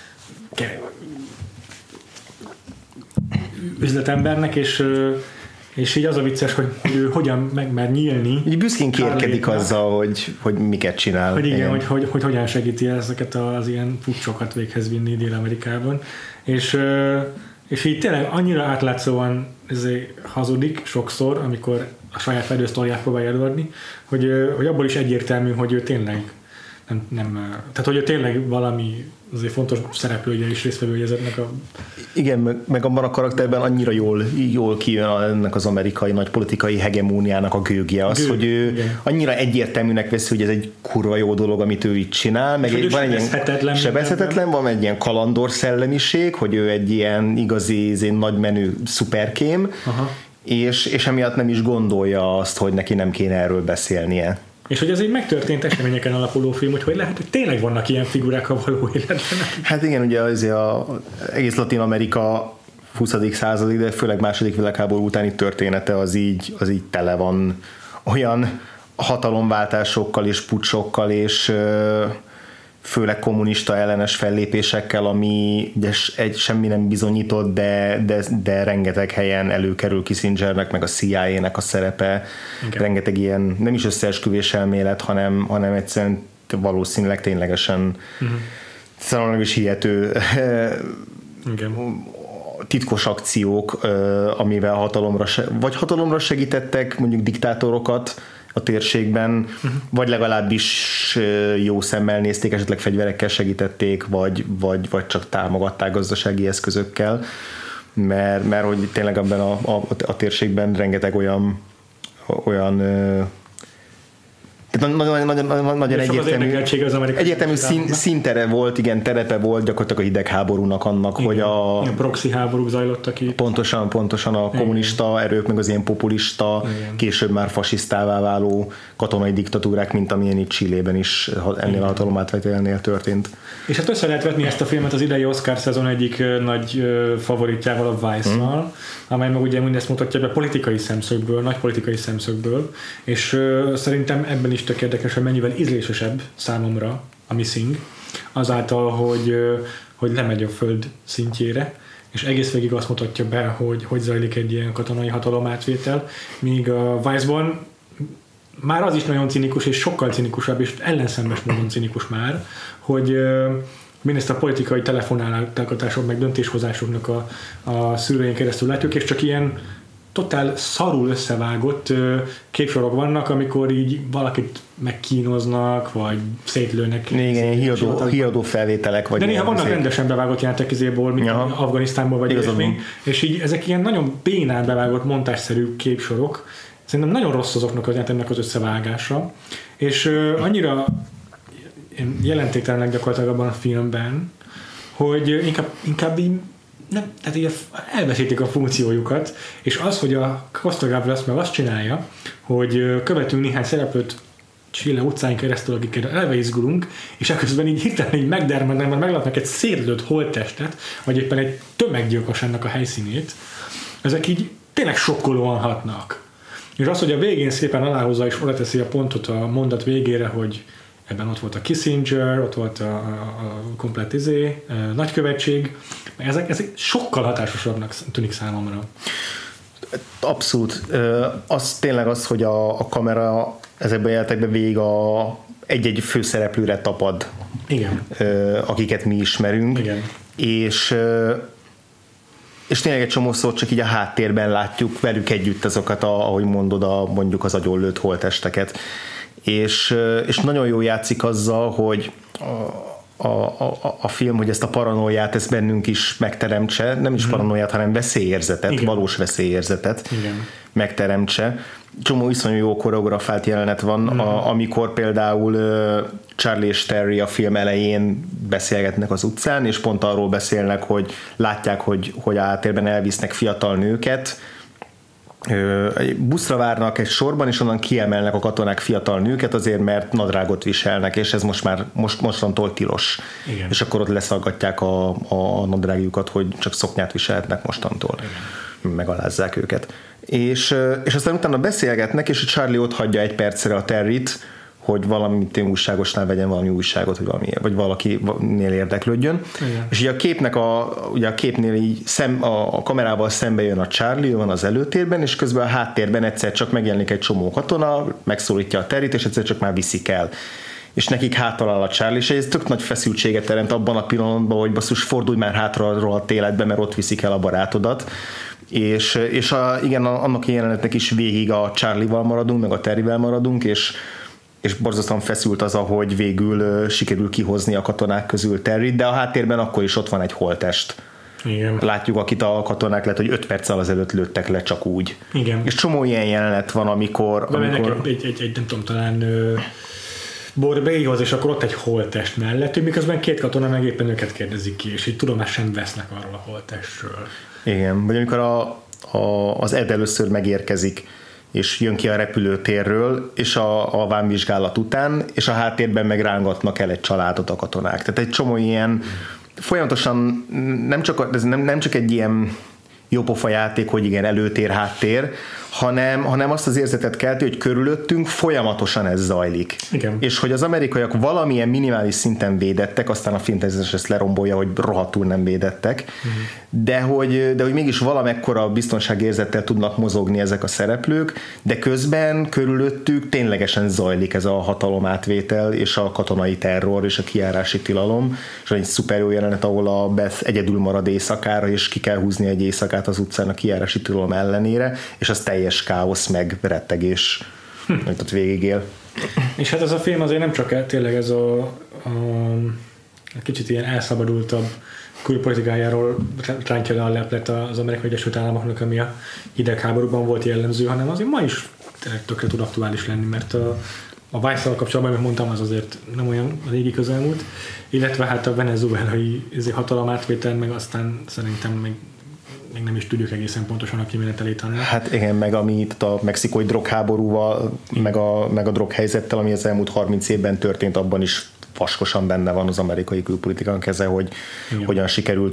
üzletembernek, és így az a vicces, hogy ő hogyan megmer nyílni. Így büszkén kérkedik azzal, hogy miket csinál. Hogy igen, hogy hogyan segíti ezeket az ilyen pucsokat véghez vinni Dél-Amerikában. És így tényleg annyira átlátszóan hazudik sokszor, amikor a saját fedősztoriát próbálja előadni, hogy abból is egyértelmű, hogy ő tényleg nem, tehát hogy ő tényleg valami azért fontos szereplője és résztvevője ezeknek a... Igen, meg abban a karakterben annyira jól kijön ennek az amerikai nagy politikai hegemóniának a gőgje az, hogy ő annyira egyértelműnek veszi, hogy ez egy kurva jó dolog, amit ő itt csinál, meg van egy ilyen sebezhetetlen, van egy ilyen kalandor szellemiség, hogy ő egy ilyen igazi nagy menő szuperkém, és emiatt nem is gondolja azt, hogy neki nem kéne erről beszélnie. És hogy ez egy megtörtént eseményeken alapuló film, hogy lehet, hogy tényleg vannak ilyen figurák a való életben. Hát igen, ugye az egész Latin-Amerika 20. századi, de főleg második világháború utáni története az így tele van olyan hatalomváltásokkal és pucsokkal és főleg kommunista ellenes fellépésekkel, ami semmi nem bizonyított, de rengeteg helyen előkerül Kissingernek, meg a CIA-nek a szerepe. Okay. Rengeteg ilyen, nem is összeesküvés elmélet, hanem egyszerűen valószínűleg ténylegesen számomra is hihető titkos akciók, amivel hatalomra segítettek mondjuk diktátorokat a térségben, vagy legalábbis jó szemmel nézték, esetleg fegyverekkel segítették, vagy csak támogatták gazdasági eszközökkel, mert hogy tényleg ebben a térségben rengeteg olyan nagyon egyértelmű színtere volt, igen, terepe volt gyakorlatilag a hidegháborúnak annak, igen, hogy a proxy háborúk zajlottak itt. Pontosan a kommunista erők, meg az ilyen populista, igen, később már fasisztává váló katonai diktatúrák, mint amilyen itt Chilében is ennél a hatalomátvételnél történt. És hát össze lehet vetni ezt a filmet az idei Oscar szezon egyik nagy favoritjával, a Vice-nal, amely meg ugye mindezt mutatja be politikai szemszögből, nagy politikai szemszögből, és szerintem ebben is tök érdekes, hogy mennyivel ízlésesebb számomra a Missing, azáltal, hogy lemegy a föld szintjére, és egész végig azt mutatja be, hogy zajlik egy ilyen katonai hatalomátvétel, míg a Vice-ban már az is nagyon cinikus, és sokkal cinikusabb, és ellenszembes módon cinikus már, hogy mindezt a politikai telefonáltatások, meg döntéshozásoknak a szűrőjén keresztül látjuk, és csak ilyen totál szarul összevágott képsorok vannak, amikor így valakit megkínoznak, vagy szétlőnek. Igen, híradó felvételek. Vagy de néha vannak rendesen bevágott játékizéból, mint Afganisztánból, vagy ilyesmi, és így ezek ilyen nagyon bénán bevágott montásszerű képsorok. Szerintem nagyon rossz azoknak ennek az összevágása, és annyira jelentéktelenek gyakorlatilag abban a filmben, hogy inkább így nem, tehát így elveszítik a funkciójukat, és az, hogy a Costa Gavras meg azt csinálja, hogy követünk néhány szereplőt Chile utcáin keresztül, akikkel eleve izgulunk, és ekközben így hirtelen így megdermednek, mert meglátnak egy szétlőtt holttestet, vagy éppen egy tömeggyilkosságnak a helyszínét, ezek így tényleg sokkolóan hatnak. És az, hogy a végén szépen aláhozza és oda teszi a pontot a mondat végére, hogy ebben ott volt a Kissinger, ott volt a komplett nagykövetség, ezek sokkal hatásosabbnak tűnik számomra. Abszolút. Az tényleg az, hogy a kamera ezekben a jelentekben végig egy-egy főszereplőre tapad. Igen. Akiket mi ismerünk. Igen. És tényleg egy csomószor csak így a háttérben látjuk velük együtt azokat, ahogy mondod, mondjuk az agyonlőtt holttesteket. És nagyon jól játszik azzal, hogy a film, hogy ezt a paranoiát, ezt bennünk is megteremtse, nem is paranoiát, hanem veszélyérzetet, igen, valós veszélyérzetet, igen, megteremtse. csomó iszonyú jó koreografált jelenet van, amikor például Charlie és Terry a film elején beszélgetnek az utcán, és pont arról beszélnek, hogy látják, hogy a háttérben elvisznek fiatal nőket, egy buszra várnak egy sorban, és onnan kiemelnek a katonák fiatal nőket azért, mert nadrágot viselnek, és ez mostantól tilos. Igen. És akkor ott leszaggatják a nadrágjukat, hogy csak szoknyát viselhetnek mostantól. Igen. Megalázzák őket. És aztán utána beszélgetnek, és a Charlie ott hagyja egy percre a Terryt, hogy valami újságosnál vegyen valami újságot, vagy valakinél érdeklődjön. Igen. És ugye a képnek ugye a képnél így a kamerával szembe jön a Charlie, ő van az előtérben, és közben a háttérben egyszer csak megjelenik egy csomó katona, megszólítja a Terryt, és egyszer csak már viszik el. És nekik hátalál a Charlie, és ez tök nagy feszültséget teremt abban a pillanatban, hogy basszus, fordulj már hátra a rohadt életbe, mert ott viszik el a barátodat. És igen, annak a jelenetnek is végig a Charlie-val maradunk, meg a Terryvel maradunk, és borzasztóan feszült az, ahogy végül sikerül kihozni a katonák közül Terryt, de a háttérben akkor is ott van egy holttest. Igen. Látjuk, akit a katonák lehet, hogy 5 perccel azelőtt lőttek le csak úgy. Igen. És csomó ilyen jelenet van, amikor nekem egy nem tudom, talán Borbélyhoz, és akkor ott egy holttest mellett, miközben 2 katona meg éppen őket kérdezik ki, és így tudomást sem vesznek arról a holttestről. Igen, vagy amikor az Ed először megérkezik, és jön ki a repülőtérről, és a vámvizsgálat után, és a háttérben meg rángatnak el egy családot a katonák. Tehát egy csomó ilyen folyamatosan nem csak egy ilyen jópofa játék, hogy igen, előtér, háttér, hanem azt az érzetet kelti, hogy körülöttünk folyamatosan ez zajlik. Igen. És hogy az amerikaiak valamilyen minimális szinten védettek, aztán a film természetesen ezt lerombolja, hogy rohadtul nem védettek, de hogy mégis valamekkora biztonságérzettel tudnak mozogni ezek a szereplők, de közben körülöttük ténylegesen zajlik ez a hatalomátvétel, és a katonai terror, és a kijárási tilalom, és egy szuper jó jelenet, ahol a Beth egyedül marad éjszakára, és ki kell húzni egy éjszakát az utcán a kijárási tilalom ellenére, és az teljes káosz, meg rettegés, amit ott végigél. És hát ez a film azért nem csak tényleg ez a kicsit ilyen elszabadultabb külpolitikájáról rántja le a leplet az Amerikai Egyesült Államoknak, ami a hidegháborúban volt jellemző, hanem azért ma is tökre tud aktuális lenni, mert a Vice-szal kapcsolatban, amit mondtam, az azért nem olyan régi közelmúlt, illetve hát a venezuelai hatalomátvétel, meg aztán szerintem még nem is tudjuk egészen pontosan a kimenetelét annak. Hát igen, meg amit a mexikói drogháborúval, meg a droghelyzettel, ami az elmúlt 30 évben történt, abban is vaskosan benne van az amerikai külpolitikán keze, hogy hogyan sikerült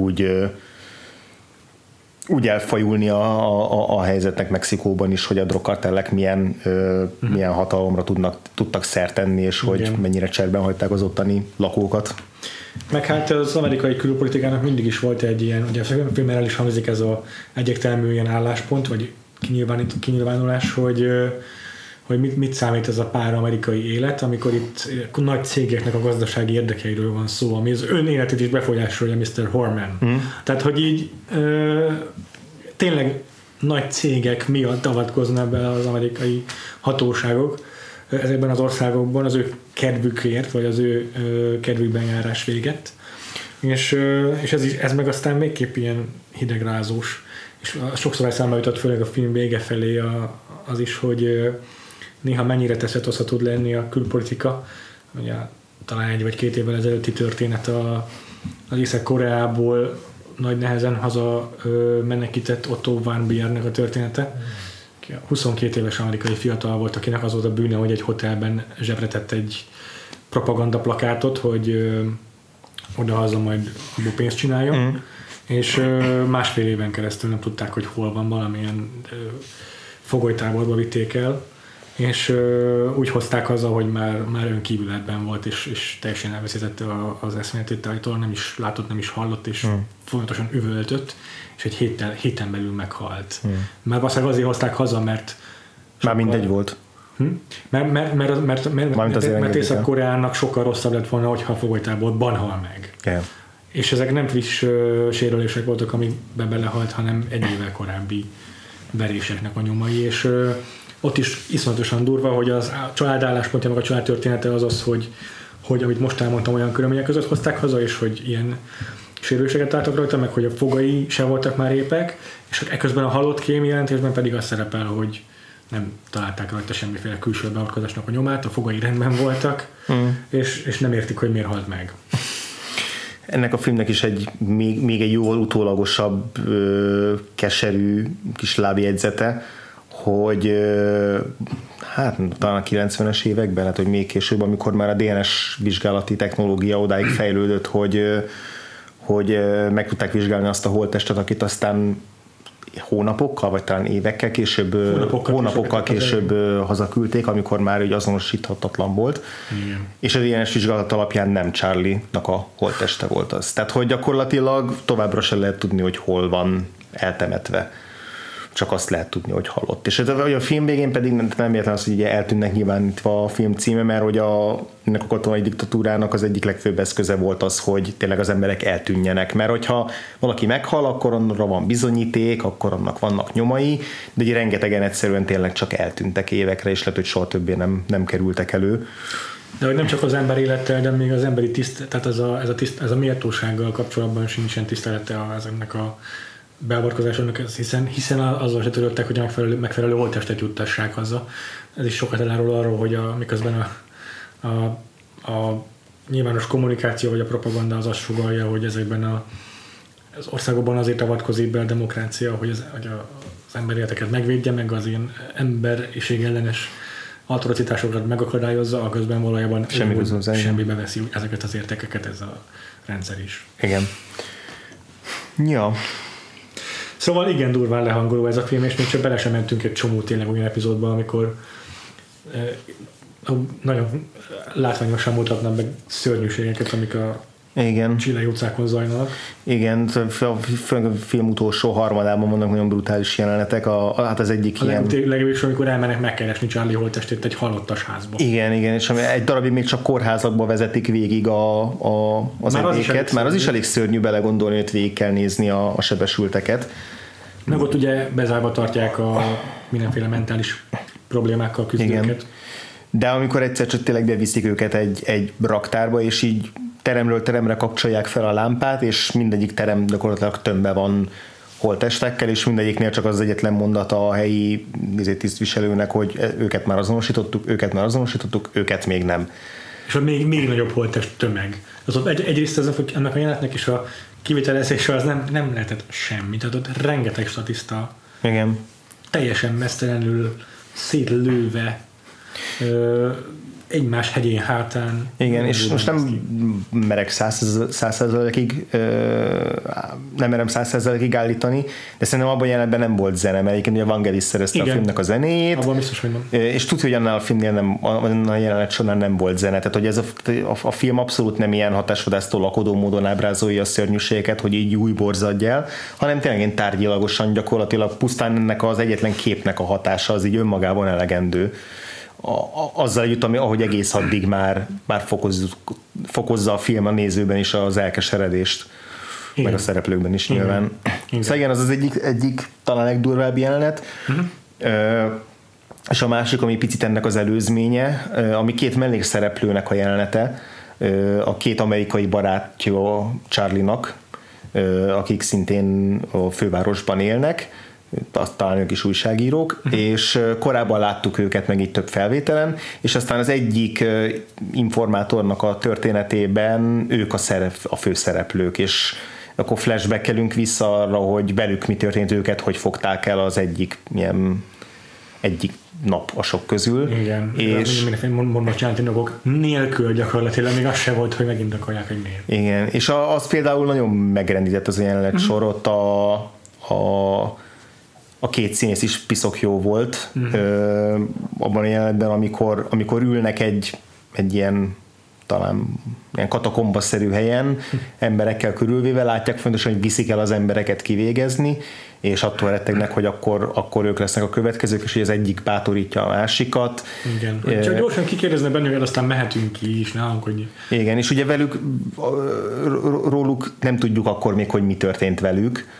úgy elfajulni a helyzetnek Mexikóban is, hogy a drogkartellek milyen hatalomra tudtak szert tenni, és hogy mennyire cserben hagyták az ottani lakókat. Meg hát az amerikai külpolitikának mindig is volt egy ilyen, ugye a filmben el is hangzik ez az egyértelmű ilyen álláspont, vagy kinyilvánulás, hogy mit számít ez a pár amerikai élet, amikor itt nagy cégeknek a gazdasági érdekeiről van szó, ami az ön életét is befolyásolja Mr. Horman. Tehát, hogy így tényleg nagy cégek miatt avatkoznak be az amerikai hatóságok ezekben az országokban az ő kedvükért, vagy az ő kedvükben járás véget. És ez meg aztán végképp ilyen hidegrázós. És sokszor eszembe jutott, főleg a film vége felé az is, hogy néha mennyire teszetosza tud lenni a külpolitika. Ugye talán 1 vagy 2 évvel ezelőtti történet az Észak-Koreából nagy nehezen haza menekített Otto Warmbiernek a története. 22 éves amerikai fiatal volt, akinek az volt a bűne, hogy egy hotelben zsebre tett egy propaganda plakátot, hogy odahaza majd abból pénzt csináljon, és 1,5 éven keresztül nem tudták, hogy hol van, valamilyen fogolytáborba vitték el, és úgy hozták haza, hogy már önkívületben volt, és teljesen elveszítette az eszméletét, állítólag nem is látott, nem is hallott, és folyamatosan üvöltött, és egy héten belül meghalt. Már valószínűleg azért hozták haza, mert már mindegy volt. Mert Észak-Koreának sokkal rosszabb lett volna, hogyha a fogolytáborban hal meg. Yeah. És ezek nem friss sérülések voltak, amikbe belehalt, hanem egy évvel korábbi veréseknek a nyomai, és ott is iszonyatosan durva, hogy a család álláspontja, meg a család története az, hogy amit most elmondtam, olyan körülmények között hozták haza, és hogy ilyen sérüléseket álltak rajta, meg hogy a fogai se voltak már épek, és ekközben a halott kém jelentésben pedig az szerepel, hogy nem találták rajta semmiféle külső beavatkozásnak a nyomát, a fogai rendben voltak, és nem értik, hogy miért halt meg. Ennek a filmnek is még egy jóval utólagosabb, keserű kis lábjegyzete, hogy hát talán a 90-es években, hát hogy még később, amikor már a DNS vizsgálati technológia odáig fejlődött, hogy meg tudták vizsgálni azt a holttestet, akit aztán hónapokkal, vagy talán évekkel később, hónapokkal később hazaküldték, amikor már úgy azonosíthatatlan volt. Igen. És a DNS vizsgálat alapján nem Charlie-nak a holtteste volt az. Tehát, hogy gyakorlatilag továbbra sem lehet tudni, hogy hol van eltemetve. Csak azt lehet tudni, hogy halott. És a film végén pedig nem értem azt, hogy ugye eltűnnek nyilvánítva a film címe, mert hogy ennek a katonai diktatúrának az egyik legfőbb eszköze volt az, hogy tényleg az emberek eltűnjenek. Mert hogyha valaki meghal, akkor annak van bizonyíték, akkor annak vannak nyomai, de ugye rengetegen egyszerűen tényleg csak eltűntek évekre, és lehet, hogy soha többé nem kerültek elő. De hogy nem csak az ember élettel, de még az emberi tehát ez a méltósággal kapcsolatban sincsen tisztelete ezeknek a beavatkozásoknak, hiszen azzal se törődtek, hogy a megfelelő holttestet juttassák haza. Ez is sokat elárul arról, hogy miközben a nyilvános kommunikáció vagy a propaganda az azt sugallja, hogy ezekben az országokban azért avatkozik be a demokrácia, hogy az emberi életeket megvédje, meg az ilyen emberiség ellenes atrocitásokat megakadályozza, a közben valójában semmibe veszi ezeket az értékeket ez a rendszer is. Igen. Ja. Szóval igen durván lehangoló ez a film, és még csak bele sem mentünk egy csomó tényleg olyan epizódba, amikor nagyon látványosan mutatnak meg szörnyűségeket, amik a chilei utcákon zajlanak. Igen, a film utolsó harmadában vannak nagyon brutális jelenetek. Hát az egyik ilyen... Legalábbis, amikor elmennek megkeresni Charlie holttestét egy halottas házba. Igen, és egy darabig még csak kórházakba vezetik végig az emléket. Már az is elég szörnyű belegondolni, hogy végig kell nézni a sebesülteket. Meg ott ugye bezárva tartják a mindenféle mentális problémákkal küzdőket. Igen. De amikor egyszer csak tényleg beviszik őket egy raktárba, és így teremről teremre kapcsolják fel a lámpát, és mindegyik terem gyakorlatilag tömbbe van holttestekkel, és mindegyiknél csak az egyetlen mondata a helyi tisztviselőnek, hogy őket már azonosítottuk, őket még nem. És ott még nagyobb holttest tömeg. Egyrészt ennek a jelenetnek is a kivitelezése az nem lehetett semmi. Tehát ott rengeteg statiszta. Igen. Teljesen mesztelenül szétlőve egymás hegyén hátán. Igen, és most nem merek 100%-ig nem merem 100%-ig állítani, de szerintem abban a jelenetben nem volt zene, mert egyébként ugye Vangelis szerezte a filmnek a zenét. Abban biztos, hogy nem. És tudja, hogy annál a filmnél a jelenet során nem volt zene. Tehát, hogy ez a film abszolút nem ilyen hatásvadásztól lakodó módon ábrázolja a szörnyűségeket, hogy így új borzadj el, hanem tényleg ilyen tárgyilagosan gyakorlatilag pusztán ennek az egyetlen képnek a hatása az így önmagában elegendő. Azzal együtt, ahogy egész addig már fokozza a film a nézőben is az elkeseredést, igen. Meg a szereplőkben is nyilván. Szóval igen, az egyik talán legdurvább jelenet. És a másik, ami picit ennek az előzménye, ami két mellékszereplőnek a jelenete, a két amerikai barátja Charlie-nak, akik szintén a fővárosban élnek, talán ők is újságírók, és korábban láttuk őket meg itt több felvételen, és aztán az egyik informátornak a történetében ők a főszereplők, és akkor flashbackelünk vissza arra, hogy velük mi történt, őket hogy fogták el az egyik nap a sok közül. Igen, és mondom, csinálni dolgok nélkül gyakorlatilag még az se volt, hogy megint akarják, hogy miért. Igen, és az például nagyon megrendített az a jelenet sor, ott a két színész is piszok jó volt abban a jelenetben, amikor ülnek egy ilyen talán ilyen katakombaszerű helyen, emberekkel körülvéve, látják fontosan, hogy viszik el az embereket kivégezni, és attól rettegnek, hogy akkor ők lesznek a következők, és hogy az egyik bátorítja a másikat. Igen. Csak gyorsan kikérdezne bennünket, aztán mehetünk ki is, ne hangodj. Igen, és ugye róluk nem tudjuk akkor még, hogy mi történt velük.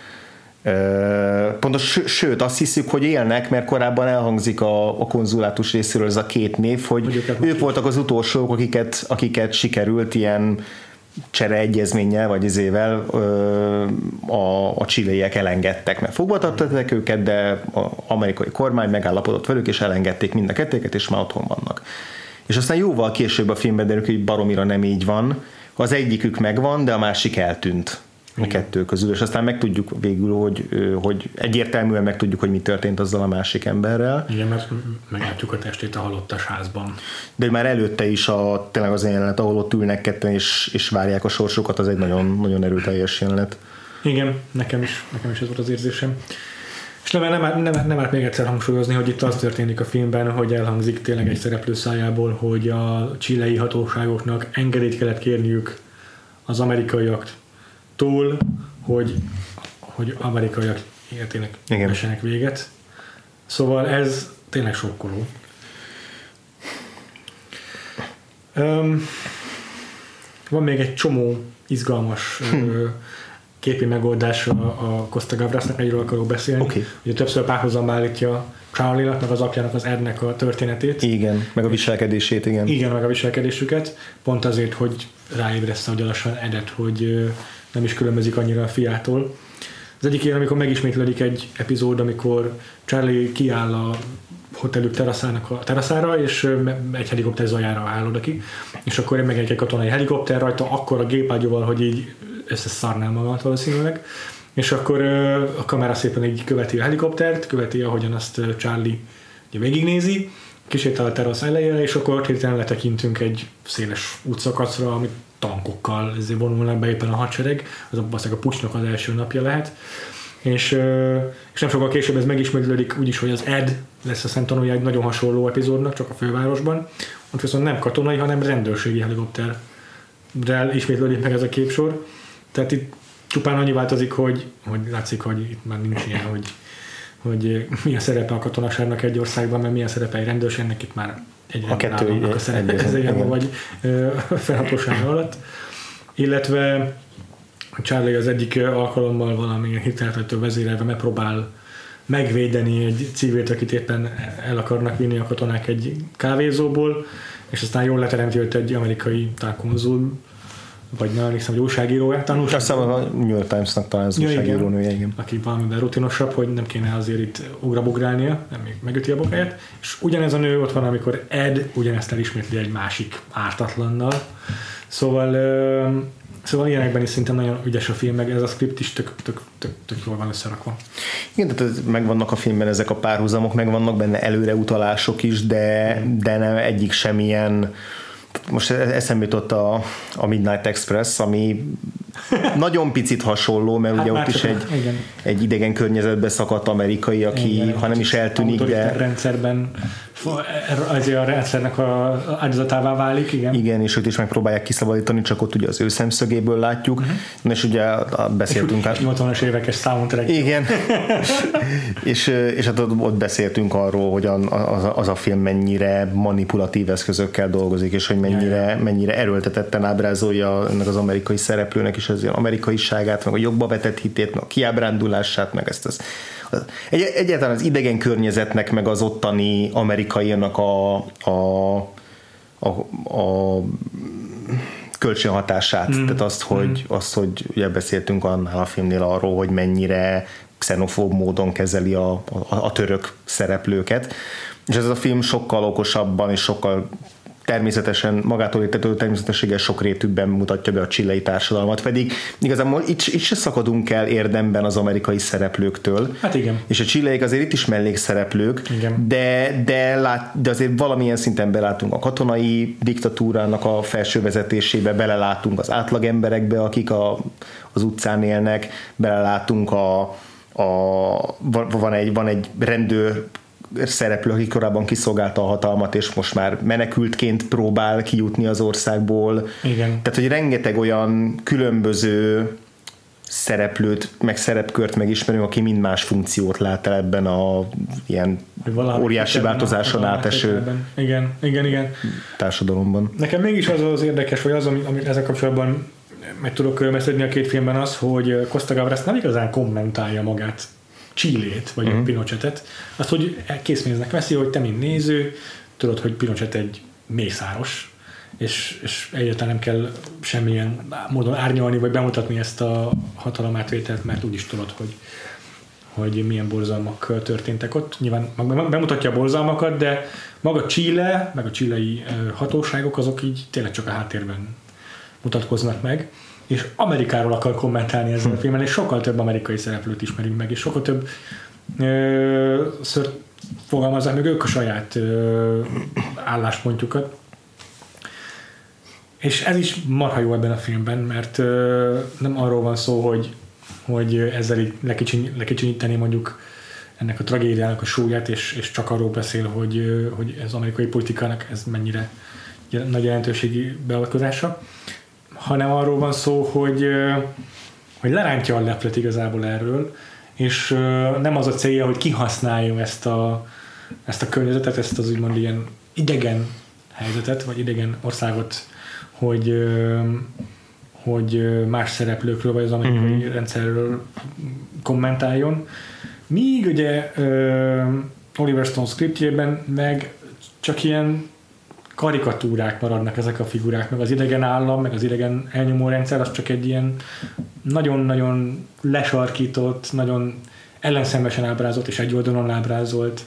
Sőt, azt hiszük, hogy élnek, mert korábban elhangzik a konzulátus részéről ez a két név, hogy ők voltak az utolsók, akiket sikerült ilyen csereegyezménnyel vagy izével a chileiek elengedtek, mert fogva tartották őket, de az amerikai kormány megállapodott velük, és elengedték mind a kettőket, és már otthon vannak. És aztán jóval később a filmben derül, hogy baromira nem így van. Az egyikük megvan, de a másik eltűnt a kettő közül, és aztán megtudjuk végül, hogy egyértelműen megtudjuk, hogy mi történt azzal a másik emberrel. Igen, mert meglátjuk a testét a halottas házban. De már előtte is tényleg az jelenet, ahol ott ülnek ketten és várják a sorsukat, az egy nagyon, nagyon erőteljes jelenet. Igen, nekem is ez volt az érzésem. És nem árt még egyszer hangsúlyozni, hogy itt az történik a filmben, hogy elhangzik tényleg egy szereplő szájából, hogy a chilei hatóságoknak engedélyt kellett kérniük az amerikaiaktól, hogy amerikaiak életének vessenek véget. Szóval ez tényleg sokkoló. Van még egy csomó izgalmas képi megoldásra a Costa Gavrasnak, egyről akarok beszélni. Okay. Ugye többször párhuzamba állítja Charlie-nak, meg az apjának, az Ednek a történetét. Igen, meg a viselkedését, igen. Igen, meg a viselkedésüket. Pont azért, hogy ráébressze lassan Edet, hogy nem is különbözik annyira a fiától. Az egyik ilyen, amikor megismétlődik egy epizód, amikor Charlie kiáll a hotelük teraszára, és egy helikopter zajára áll oda ki, és akkor megjelenik egy katonai helikopter rajta, akkor a gépágyúval, hogy így összeszarnál magamat valószínűleg, és akkor a kamera szépen így követi a helikoptert, követi, ahogyan azt Charlie végignézi, kisétál a terasz elejére, és akkor hirtelen letekintünk egy széles útszakaszra, amit tankokkal vonulnak be éppen a hadsereg, az a pucsnak az első napja lehet, és nem sokkal később ez megismétlődik úgyis, hogy az Ed lesz a szemtanúja egy nagyon hasonló epizódnak, csak a fővárosban, ott viszont nem katonai, hanem rendőrségi helikopterrel ismétlődik meg ez a képsor. Tehát itt csupán annyi változik, hogy látszik, hogy itt már nincs ilyen, hogy milyen szerepe a katonaságnak egy országban, mert milyen szerepe egy rendőrségnek, itt már egyre állnak a szerepe vagy felhatósága alatt. Illetve Charlie az egyik alkalommal valamilyen hiteltől vezérelve megpróbál megvédeni egy civilt, akit éppen el akarnak vinni a katonák egy kávézóból, és aztán jól leteremti őt egy amerikai konzul, vagy nem emlékszem, hogy újságírója. Azt hiszem, a New York Times-nak talán az újságírónője, igen. Aki valamiben rutinosabb, hogy nem kéne azért itt ugrabugrálnia, nem még megüti a bokáját. És ugyanez a nő ott van, amikor Ed ugyanezt elismétli egy másik ártatlannal. Szóval ilyenekben is szinte nagyon ügyes a film, meg ez a script is tök jól van összerakva. Igen, tehát megvannak a filmben ezek a párhuzamok, megvannak benne előreutalások is, de nem egyik sem ilyen. Most eszembe jutott a Midnight Express, ami nagyon picit hasonló, mert ugye ott is egy idegen környezetben szakadt amerikai, aki igen, ha nem is eltűnik, de rendszerben azért a rendszernek a áldozatává válik, igen. Igen, és őt is megpróbálják kiszabadítani, csak ott ugye az ő szemszögéből látjuk, és ugye beszéltünk... 80-as évekes soundtrack. Igen, és hát ott beszéltünk arról, hogy az a film mennyire manipulatív eszközökkel dolgozik, és hogy mennyire erőltetetten ábrázolja ennek az amerikai szereplőnek is az amerikaiságát, meg a jogba vetett hitét, meg a kiábrándulását, meg ezt egyáltalán az idegen környezetnek, meg az ottani amerikainak a kölcsönhatását. Tehát azt, hogy ugye beszéltünk annál a filmnél arról, hogy mennyire xenofób módon kezeli a török szereplőket. És ez a film sokkal okosabban és sokkal természetesen magától értetődő természetességgel sokrétűbben mutatja be a chilei társadalmat, pedig igazából itt se szakadunk el érdemben az amerikai szereplőktől. Hát igen. És a chileiek azért itt is mellékszereplők, de azért valamilyen szinten belátunk a katonai diktatúrának a felső vezetésébe, belelátunk az átlagemberekbe, akik az utcán élnek, belelátunk van egy rendőr szereplő, aki korábban kiszolgálta a hatalmat, és most már menekültként próbál kijutni az országból. Igen. Tehát, hogy rengeteg olyan különböző szereplőt, meg szerepkört megismerünk, aki mind más funkciót lát el ebben a ilyen óriási változáson áteső igen. társadalomban. Nekem mégis az érdekes, vagy az, amit ezzel kapcsolatban meg tudok körmeszedni a két filmben az, hogy Costa Gavras nem igazán kommentálja magát, Chilét, vagy Pinochetet, azt, hogy készpénznek veszi, hogy te, mint néző, tudod, hogy Pinochet egy mészáros, és egyáltalán nem kell semmilyen módon árnyalni, vagy bemutatni ezt a hatalomátvételt, mert úgyis tudod, hogy milyen borzalmak történtek ott. Nyilván bemutatja a borzalmakat, de maga Chile, meg a chilei hatóságok, azok így tényleg csak a háttérben mutatkoznak meg, és Amerikáról akar kommentálni ezzel a filmen, és sokkal több amerikai szereplőt ismerünk meg, és sokkal több fogalmazzák meg ők a saját álláspontjukat. És ez is marha jó ebben a filmben, mert nem arról van szó, hogy ezzel így lekicsinyíteni mondjuk ennek a tragédiának a súlyát, és csak arról beszél, hogy ez amerikai politikának ez mennyire nagy jelentőségi beavatkozása, hanem arról van szó, hogy lerántja a leplet igazából erről, és nem az a célja, hogy kihasználja ezt a környezetet, ezt az úgymond ilyen idegen helyzetet, vagy idegen országot, hogy más szereplőkről, vagy az amerikai rendszerről kommentáljon. Míg ugye Oliver Stone scriptjében meg csak ilyen karikatúrák maradnak ezek a figurák, meg az idegen állam, meg az idegen elnyomó rendszer, az csak egy ilyen nagyon-nagyon lesarkított, nagyon ellenszembesen ábrázolt és egy oldalon ábrázolt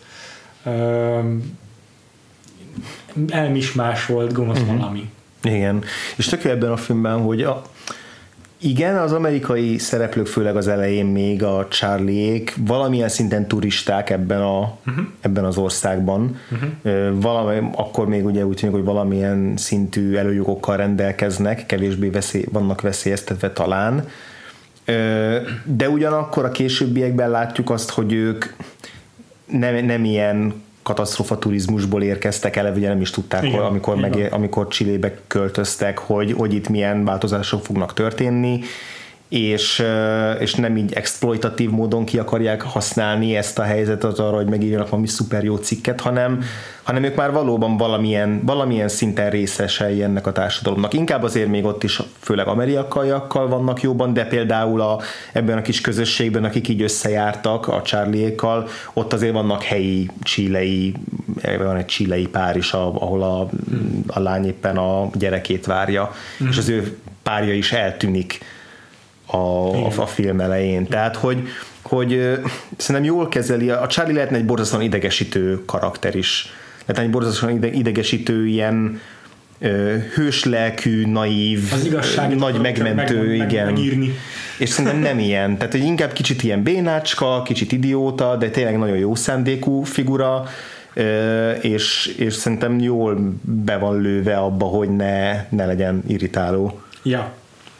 elmismásolt gonosz valami. Igen, és tök jó ebben a filmben, hogy igen, az amerikai szereplők, főleg az elején még a Charlie-ék valamilyen szinten turisták ebben az országban. Akkor még ugye úgy tűnik, hogy valamilyen szintű előjogokkal rendelkeznek, kevésbé vannak veszélyeztetve talán. De ugyanakkor a későbbiekben látjuk azt, hogy ők nem ilyen katasztrófa turizmusból érkeztek el, ugye nem is tudták, igen, amikor Chilébe költöztek, hogy itt milyen változások fognak történni, és nem így exploitatív módon ki akarják használni ezt a helyzetet arra, hogy megírjanak valami szuper jó cikket, hanem ők már valóban valamilyen szinten részesei ennek a társadalomnak. Inkább azért még ott is főleg amerikaiakkal vannak jóban, de például ebben a kis közösségben, akik így összejártak a Charlie-ékkal, ott azért vannak helyi van egy chilei pár is, ahol a lány éppen a gyerekét várja, és az ő párja is eltűnik a film elején. Tehát, hogy szerintem jól kezeli, a Charlie lehetne egy borzasztóan idegesítő karakter is. Lehetne egy borzasztóan idegesítő, ilyen hőslelkű, naív, nagy megmentő, igen. Megírni. És szerintem nem ilyen. Tehát, hogy inkább kicsit ilyen bénácska, kicsit idióta, de tényleg nagyon jó szándékú figura, és szerintem jól be van lőve abba, hogy ne legyen irritáló. Ja.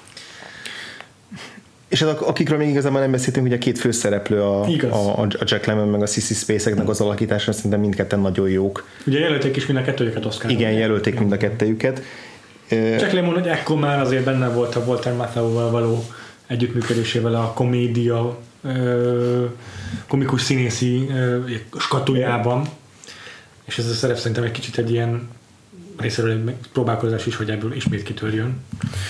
És akikről még igazából nem beszéltünk, ugye a két főszereplő, a Jack Lemmon meg a Sissy Spaceknek az alakítása, szerintem mindketten nagyon jók. Ugye jelölték is mind a kettőjüket Oscarra. Igen, jelölték mind a kettőjüket. Jack Lemmon, hogy ekkor már azért benne volt a Walter Matthau-val való együttműködésével a komédia komikus színészi skatuljában, és ez a szerep szerintem egy kicsit egy ilyen részéről egy próbálkozás is, hogy ebből ismét kitörjön.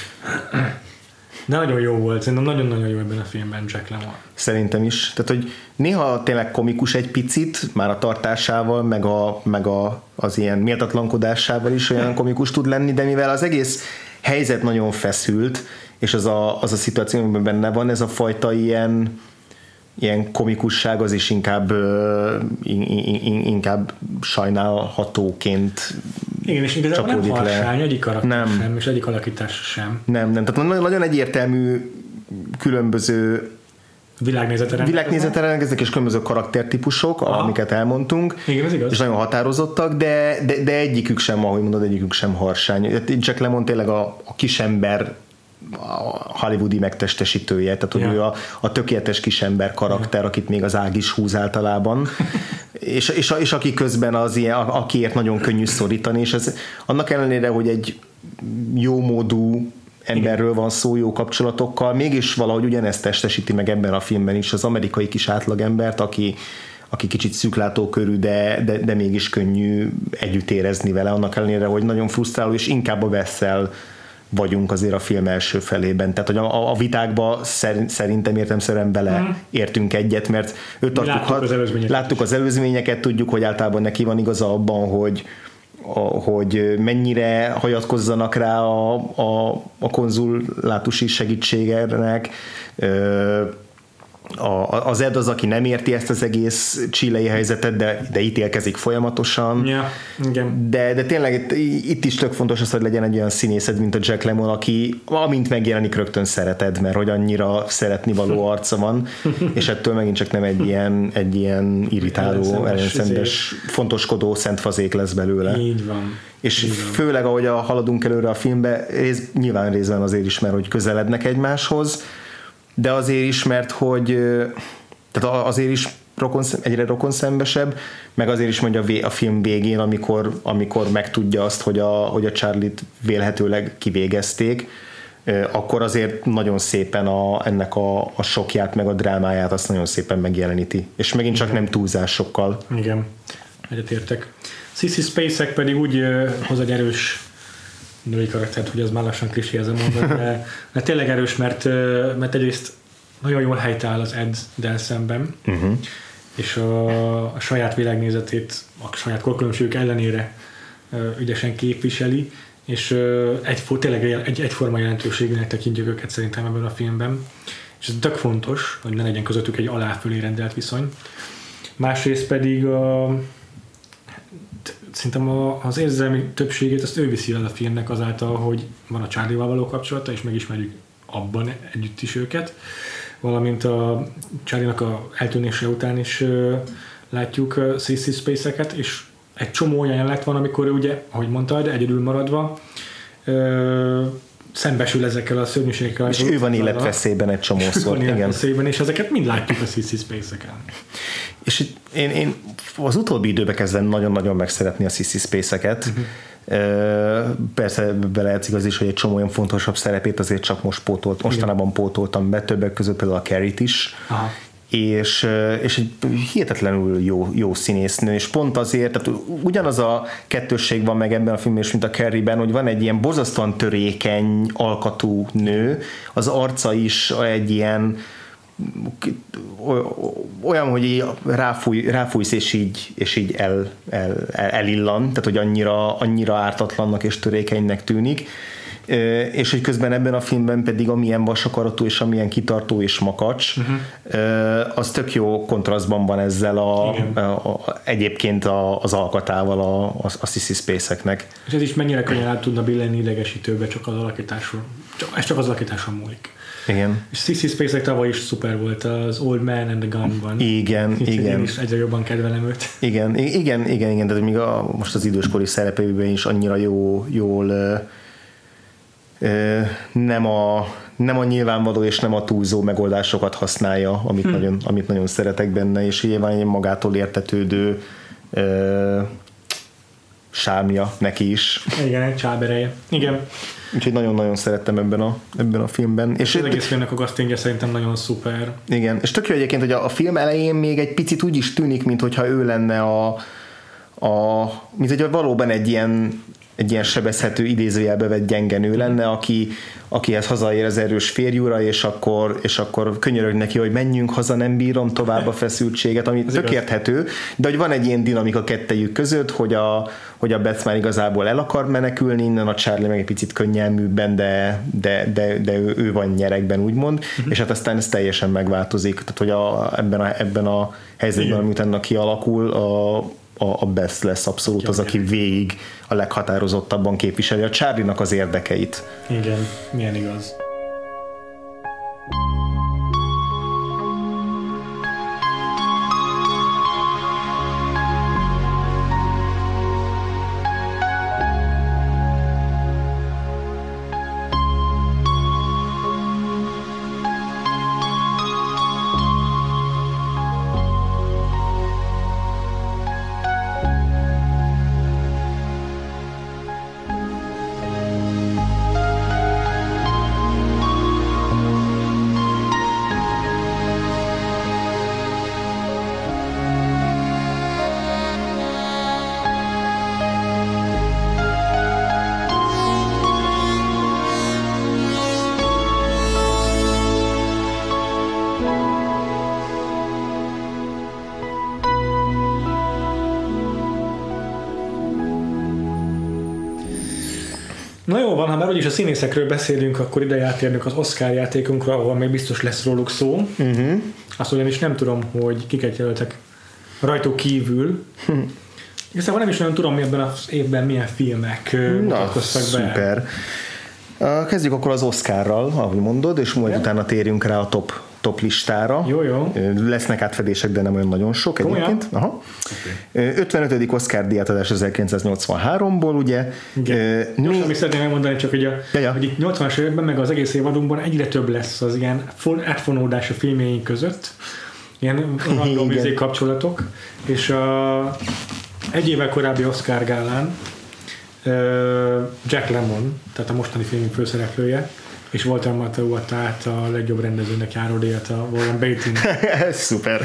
De nagyon jó volt, szerintem nagyon-nagyon jó ebben a filmben Jack Lemmon. Szerintem is. Tehát, hogy néha tényleg komikus egy picit, már a tartásával, meg az ilyen méltatlankodásával is olyan komikus tud lenni, de mivel az egész helyzet nagyon feszült, és az a szituáció, amiben benne van, ez a fajta ilyen komikusság az is inkább sajnálhatóként. Igen, és igazából nem harsány egyik karakter sem, és egyik alakítás sem. Nem. Tehát nagyon egyértelmű különböző világnézetre rendelkeznek, és különböző karaktertípusok, amiket elmondtunk. Igen, ez igaz. És nagyon határozottak, de egyikük sem, ahogy mondod, egyikük sem harsány. Jack Lemmon tényleg a kisember, a hollywoodi megtestesítője, tehát hogy ő a tökéletes kisember karakter, akit még az ág is húz általában, és aki közben az ilyen, akiért nagyon könnyű szorítani, és ez annak ellenére, hogy egy jómódú emberről van szó, jó kapcsolatokkal, mégis valahogy ugyanezt testesíti meg ebben a filmben is az amerikai kis átlagembert, aki kicsit szűklátókörű, de mégis könnyű együtt érezni vele, annak ellenére, hogy nagyon frusztráló, és inkább a Wessel vagyunk azért a film első felében. Tehát, hogy a vitákba szerintem értelemszerűen bele értünk egyet, mert láttuk az előzményeket, tudjuk, hogy általában neki van igaza abban, hogy mennyire hagyatkozzanak rá a konzulátusi segítségnek. Az Ed az, aki nem érti ezt az egész chilei helyzetet, de ítélkezik folyamatosan. Yeah, igen. De tényleg itt is tök fontos az, hogy legyen egy olyan színészed, mint a Jack Lemmon, aki amint megjelenik, rögtön szereted, mert hogy annyira szeretnivaló arca van, és ettől megint csak nem egy ilyen irritáló, ellenszenves, fontoskodó szentfazék lesz belőle. Így van. És főleg, ahogy haladunk előre a filmbe, nyilván részben azért is, mert hogy közelednek egymáshoz, de azért is, mert hogy tehát azért is egyre rokonszembesebb, meg azért is mondja a film végén, amikor megtudja azt, hogy a Charlie-t vélhetőleg kivégezték, akkor azért nagyon szépen ennek a sokját, meg a drámáját azt nagyon szépen megjeleníti. És megint csak nem túlzásokkal. Igen, egyetértek. Sissy Spacek pedig úgy hoz egy erős női karaktert, hogy az már lassan klisé ez a mondat, de tényleg erős, mert egyrészt nagyon jól helytáll az Ed-del szemben, és a saját világnézetét, a saját korkülönbségük ellenére ügyesen képviseli, és tényleg egyforma jelentőségűnek tekintjük őket szerintem ebben a filmben, és ez tök fontos, hogy ne legyen közöttük egy alá-fölé rendelt viszony. Másrészt pedig szerintem az érzelmi többségét azt ő viszi el a filmnek azáltal, hogy van a Charlie-val való kapcsolata, és megismerjük abban együtt is őket, valamint a Charlie-nak a eltűnése után is látjuk Sissy Spaceket, és egy csomó olyan jelenet van, amikor ugye, ahogy mondtad, egyedül maradva szembesül ezekkel a szörnyűségekkel. És ő van életveszélyben egy csomószor. Igen. És ezeket mind látjuk a Sissy Spaceken. És én az utóbbi időben kezdem nagyon-nagyon megszeretni a Sissy Spaceket. Persze belejátszik az is, hogy egy csomó olyan fontosabb szerepét azért csak mostanában pótoltam be, többek között például a Carrie-t is. Aha. És egy hihetetlenül jó színésznő, és pont azért, tehát ugyanaz a kettősség van meg ebben a filmben is, mint a Carrie-ben, hogy van egy ilyen borzasztóan törékeny alkatú nő, az arca is egy ilyen olyan, hogy ráfújsz és így elillan, tehát hogy annyira ártatlannak és törékenynek tűnik, és hogy közben ebben a filmben pedig amilyen vasakaratú és amilyen kitartó és makacs, az tök jó kontrasztban van ezzel egyébként az alkatával a Sissy Spaceknek. És ez is mennyire könnyen át tudna billenni idegesítőbe, csak az alakításról. Ez csak az alakításon múlik. Igen. És Sissy Spacek tavaly is szuper volt az Old Man and the Gun-ban. Igen. Én is egyre jobban kedvelem őt. Igen, de még most az időskori szerepeiben is annyira jól nem a nyilvánvaló és nem a túlzó megoldásokat használja, amit nagyon szeretek benne, és nyilván egy magától értetődő sármja neki is. Igen, egy csábereje. Igen. Úgyhogy nagyon-nagyon szerettem ebben a filmben. És az egész filmnek a castingja szerintem nagyon szuper. Igen, és tök jó egyébként, hogy a film elején még egy picit úgy is tűnik, mintha ő lenne mint hogy valóban egy ilyen sebezhető, idézőjelbe vett gyenge nő lenne, akihez hazaér az erős férjúra, és akkor könyörög neki, hogy menjünk haza, nem bírom tovább a feszültséget, ami tök érthető, de hogy van egy ilyen dinamika kettejük között, hogy a Beth már igazából el akar menekülni innen, a Charlie meg egy picit könnyelműbben, de ő van nyerekben, úgymond, és hát aztán ez teljesen megváltozik, tehát hogy ebben a helyzetben, ami utána kialakul, a Beth lesz abszolút az, aki végig a leghatározottabban képviseli a Charlie-nak az érdekeit. Igen, milyen igaz. Na jó van, ha már úgyis a színészekről beszélünk, akkor ide átérnünk az Oscar játékunkra, ahol még biztos lesz róluk szó. Azt ugyanis nem tudom, hogy kiket jelöltek rajtuk kívül. Igazából nem is nagyon tudom, hogy ebben az évben milyen filmek mutatkoztak be. Szuper. Kezdjük akkor az Oscarral, ahogy mondod, és majd utána térjünk rá a top listára. Jó. Lesznek átfedések, de nem olyan nagyon sok egyébként. Aha. Okay. 55. Oscar díjátadás 1983-ból, ugye. Gyorsan még szeretném elmondani, csak hogy, hogy itt 80-as években, meg az egész évadunkban egyre több lesz az ilyen átfonódás a filmjeink között, ilyen random kapcsolatok, és egy évvel korábbi Oscar gálán Jack Lemmon, tehát a mostani filmünk főszereplője, és Walter Matthau adta át a legjobb rendezőnek járó díjat a Warren Beatty-nek. Ez szuper.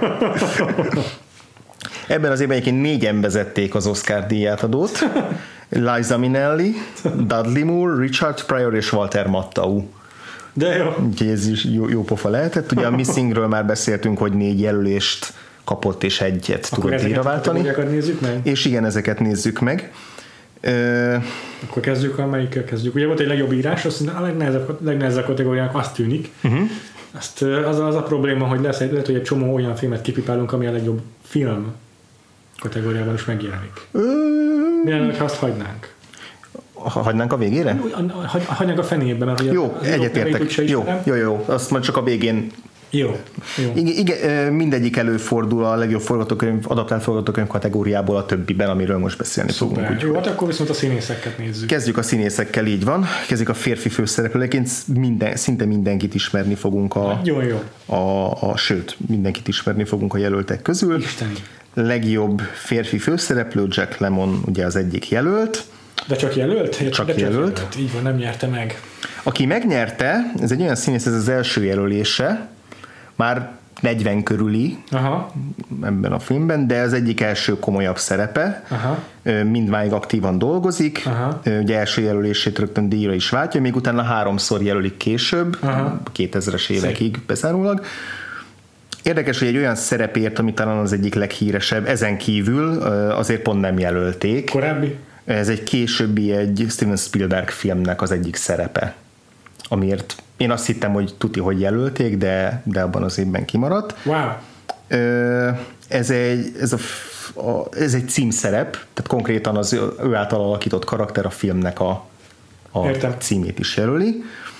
Ebben az évben egyébként 4-en vezették az Oscar díjátadót. Liza Minnelli, Dudley Moore, Richard Pryor és Walter Matthau. De jó. Úgyhogy ez is jó pofa lehetett. Ugye a Missingről már beszéltünk, hogy 4 jelölést kapott és egyet tudott díjra váltani. Akkor nézzük meg? És igen, ezeket nézzük meg. Akkor kezdjük, amelyikkel kezdjük. Ugye volt egy legjobb írás, azt a legnehezebb kategóriának azt tűnik. Azt, az a probléma, hogy lehet, hogy egy csomó olyan filmet kipipálunk, ami a legjobb film kategóriában is megjelenik. Milyen, hogyha azt hagynánk? Hagynánk a végére? Hagynánk a fenébe, mert jó, egyetértek. Jó. Azt majd csak a végén. Jó. Igen, mindegyik előfordul a legjobb adaptált forgatókönyv kategóriából a többiben, amiről most beszélni fogunk. Jó, hát akkor viszont a színészeket nézzük. Kezdjük a színészekkel, így van. Kezdjük a férfi főszereplőként. Szinte mindenkit ismerni fogunk sőt, mindenkit ismerni fogunk a jelöltek közül. Isteni. Legjobb férfi főszereplő Jack Lemmon ugye az egyik jelölt. De csak jelölt? Csak jelölt. Így van, nem nyerte meg. Aki megnyerte, ez egy olyan színész, ez az első jelölése, már 40 körüli ebben a filmben, de az egyik első komolyabb szerepe. Mindmáig aktívan dolgozik. Ugye első jelölését rögtön díjra is váltja, még utána 3-szor jelölik később, 2000-es évekig bezárólag. Érdekes, hogy egy olyan szerepért, ami talán az egyik leghíresebb, ezen kívül azért pont nem jelölték. Korábbi? Ez egy későbbi, egy Steven Spielberg filmnek az egyik szerepe, amiért én azt hittem, hogy tuti, hogy jelölték, de abban az évben kimaradt. Wow. Ez egy címszerep, tehát konkrétan az ő által alakított karakter a filmnek a címét is jelöli.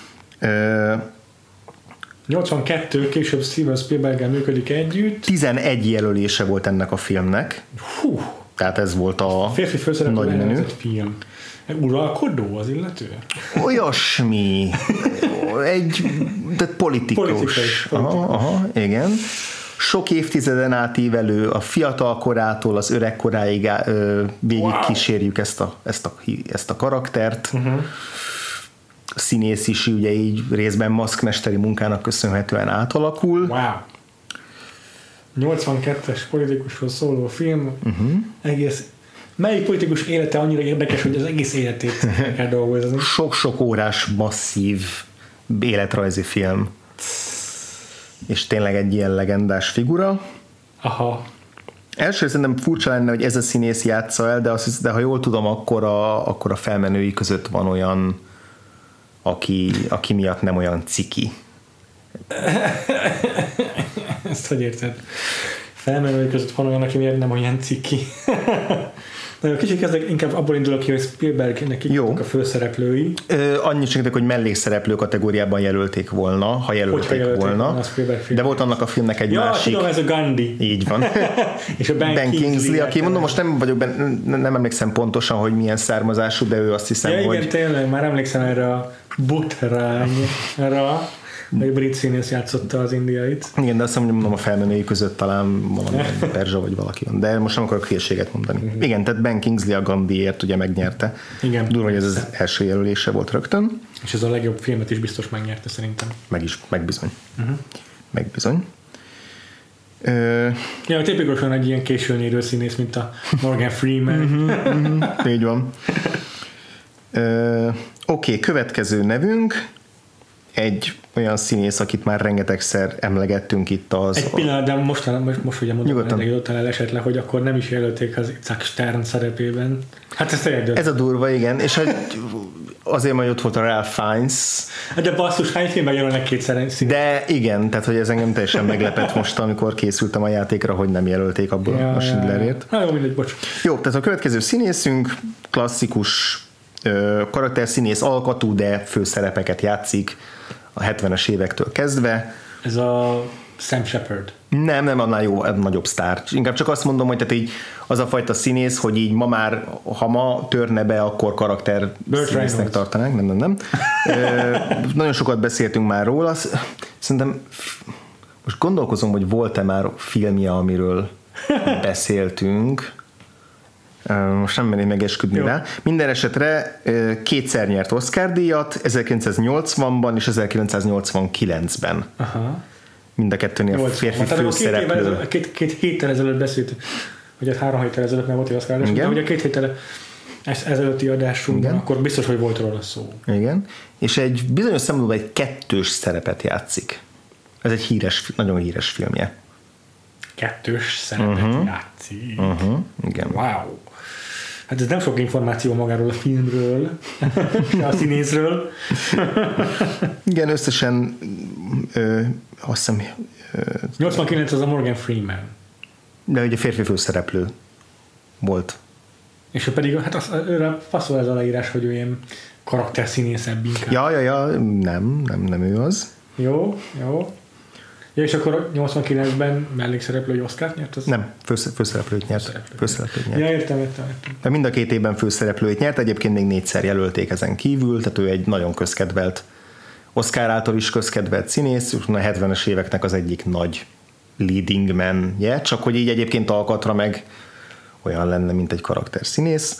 82, később Steven Spielberggel működik együtt. 11 jelölése volt ennek a filmnek. Hú. Tehát ez volt a férfi főszereplő menő film. Uralkodó az illető? Olyasmi. Tehát politikus. Aha, igen. Sok évtizeden átívelő, a fiatal korától az öreg koráig végig kísérjük ezt a karaktert. A színész is ugye így részben maszkmesteri munkának köszönhetően átalakul. Wow. 82-es politikusról szóló film. Egész. Melyik politikus élete annyira érdekes, hogy az egész életét kell dolgozni? Sok-sok órás masszív életrajzi film. És tényleg egy ilyen legendás figura. Aha. Első szerintem furcsa lenne, hogy ez a színész játsza el, de ha jól tudom, akkor a felmenői között van olyan, aki miatt nem olyan ciki. Ezt hogy érted? Felmenői között van olyan, aki miatt nem olyan ciki. Nagyon kicsit kezdek, inkább abból indulok ki, hogy Spielbergnek a főszereplői. Annyit segítek, hogy mellékszereplő kategóriában jelölték volna, ha jelölték volna. De volt annak a filmnek egy másik. Tudom, ez a Gandhi. Így van. És a Ben Kingsley, aki mondom, most nem vagyok nem emlékszem pontosan, hogy milyen származású, de ő azt hiszem, hogy... Igen, tényleg, már emlékszem erre a botrányra. Egy brit színész játszotta az indiait. Igen, de azt mondom, a felmenői között talán valami perzsa vagy valaki van. De most nem akarok hülyeséget mondani. Igen, tehát Ben Kingsley a Gandhiért ugye megnyerte. Igen. Durva, hogy ez az első jelölése volt rögtön. És ez a legjobb filmet is biztos megnyerte szerintem. Megbizony. Megbizony. Ja, tipikusan egy ilyen későn érő színész, mint a Morgan Freeman. Így van. Oké, következő nevünk egy olyan színész, akit már rengetegszer emlegettünk itt az... Egy pillanat, de most ugye mondom, hogy esetleg, hogy akkor nem is jelölték az Isaac Stern szerepében. Hát ez tényleg. Ez a durva, igen, és azért majd ott volt a Ralph Fiennes. De basszus, hány filmben jelölnek kétszer színész? De igen, tehát hogy ez engem teljesen meglepett most, amikor készültem a játékra, hogy nem jelölték abból a Schindlerért. Na jó, mindegy, bocs. Jó, tehát a következő színészünk klasszikus karakterszínész alkatú, de főszerepeket játszik a 70-es évektől kezdve. Ez a Sam Shepard. Nem, annál nagyobb sztár. Inkább csak azt mondom, hogy tehát így az a fajta színész, hogy így ma már, ha ma törne be, akkor karakter színésznek tartanánk. Nem. Nagyon sokat beszéltünk már róla. Szerintem most gondolkozom, hogy volt-e már filmje, amiről beszéltünk. Most nem merném megesküdni rá. Minden esetre kétszer nyert Oscar-díjat, 1980-ban és 1989-ben. Aha. Mind a kettőnél férfi főszereplő. Két héttel ezelőtt beszéltünk, vagy 3 héttel ezelőtt nem volt egy Oscar, de ugye 2 héttel ezelőtti adásunkban, akkor biztos, hogy volt róla szó. Igen, és egy bizonyos szempontból egy 2-s szerepet játszik. Ez egy nagyon híres filmje. 2-s szerepet játszik. Igen. Wow. Hát ez nem sok információ magáról a filmről, a színészről. Igen, összesen azt hiszem 89 az a Morgan Freeman. De ugye férfi főszereplő volt. És ő pedig, hát őre passzol ez a leírás, hogy ő ilyen karakterszínészebb inkább. Ja, nem ő az. Jó. Ja, és akkor 89-ben mellékszereplői Oscart nyert? Az? Nem, főszereplőt nyert. Ja, értem. De mind a 2 évben főszereplőit nyert, egyébként még 4-szer jelölték ezen kívül, tehát ő egy nagyon közkedvelt, Oscar által is közkedvelt színész, a 70-es éveknek az egyik nagy leading man-je, csak hogy így egyébként alkatra meg olyan lenne, mint egy karakterszínész.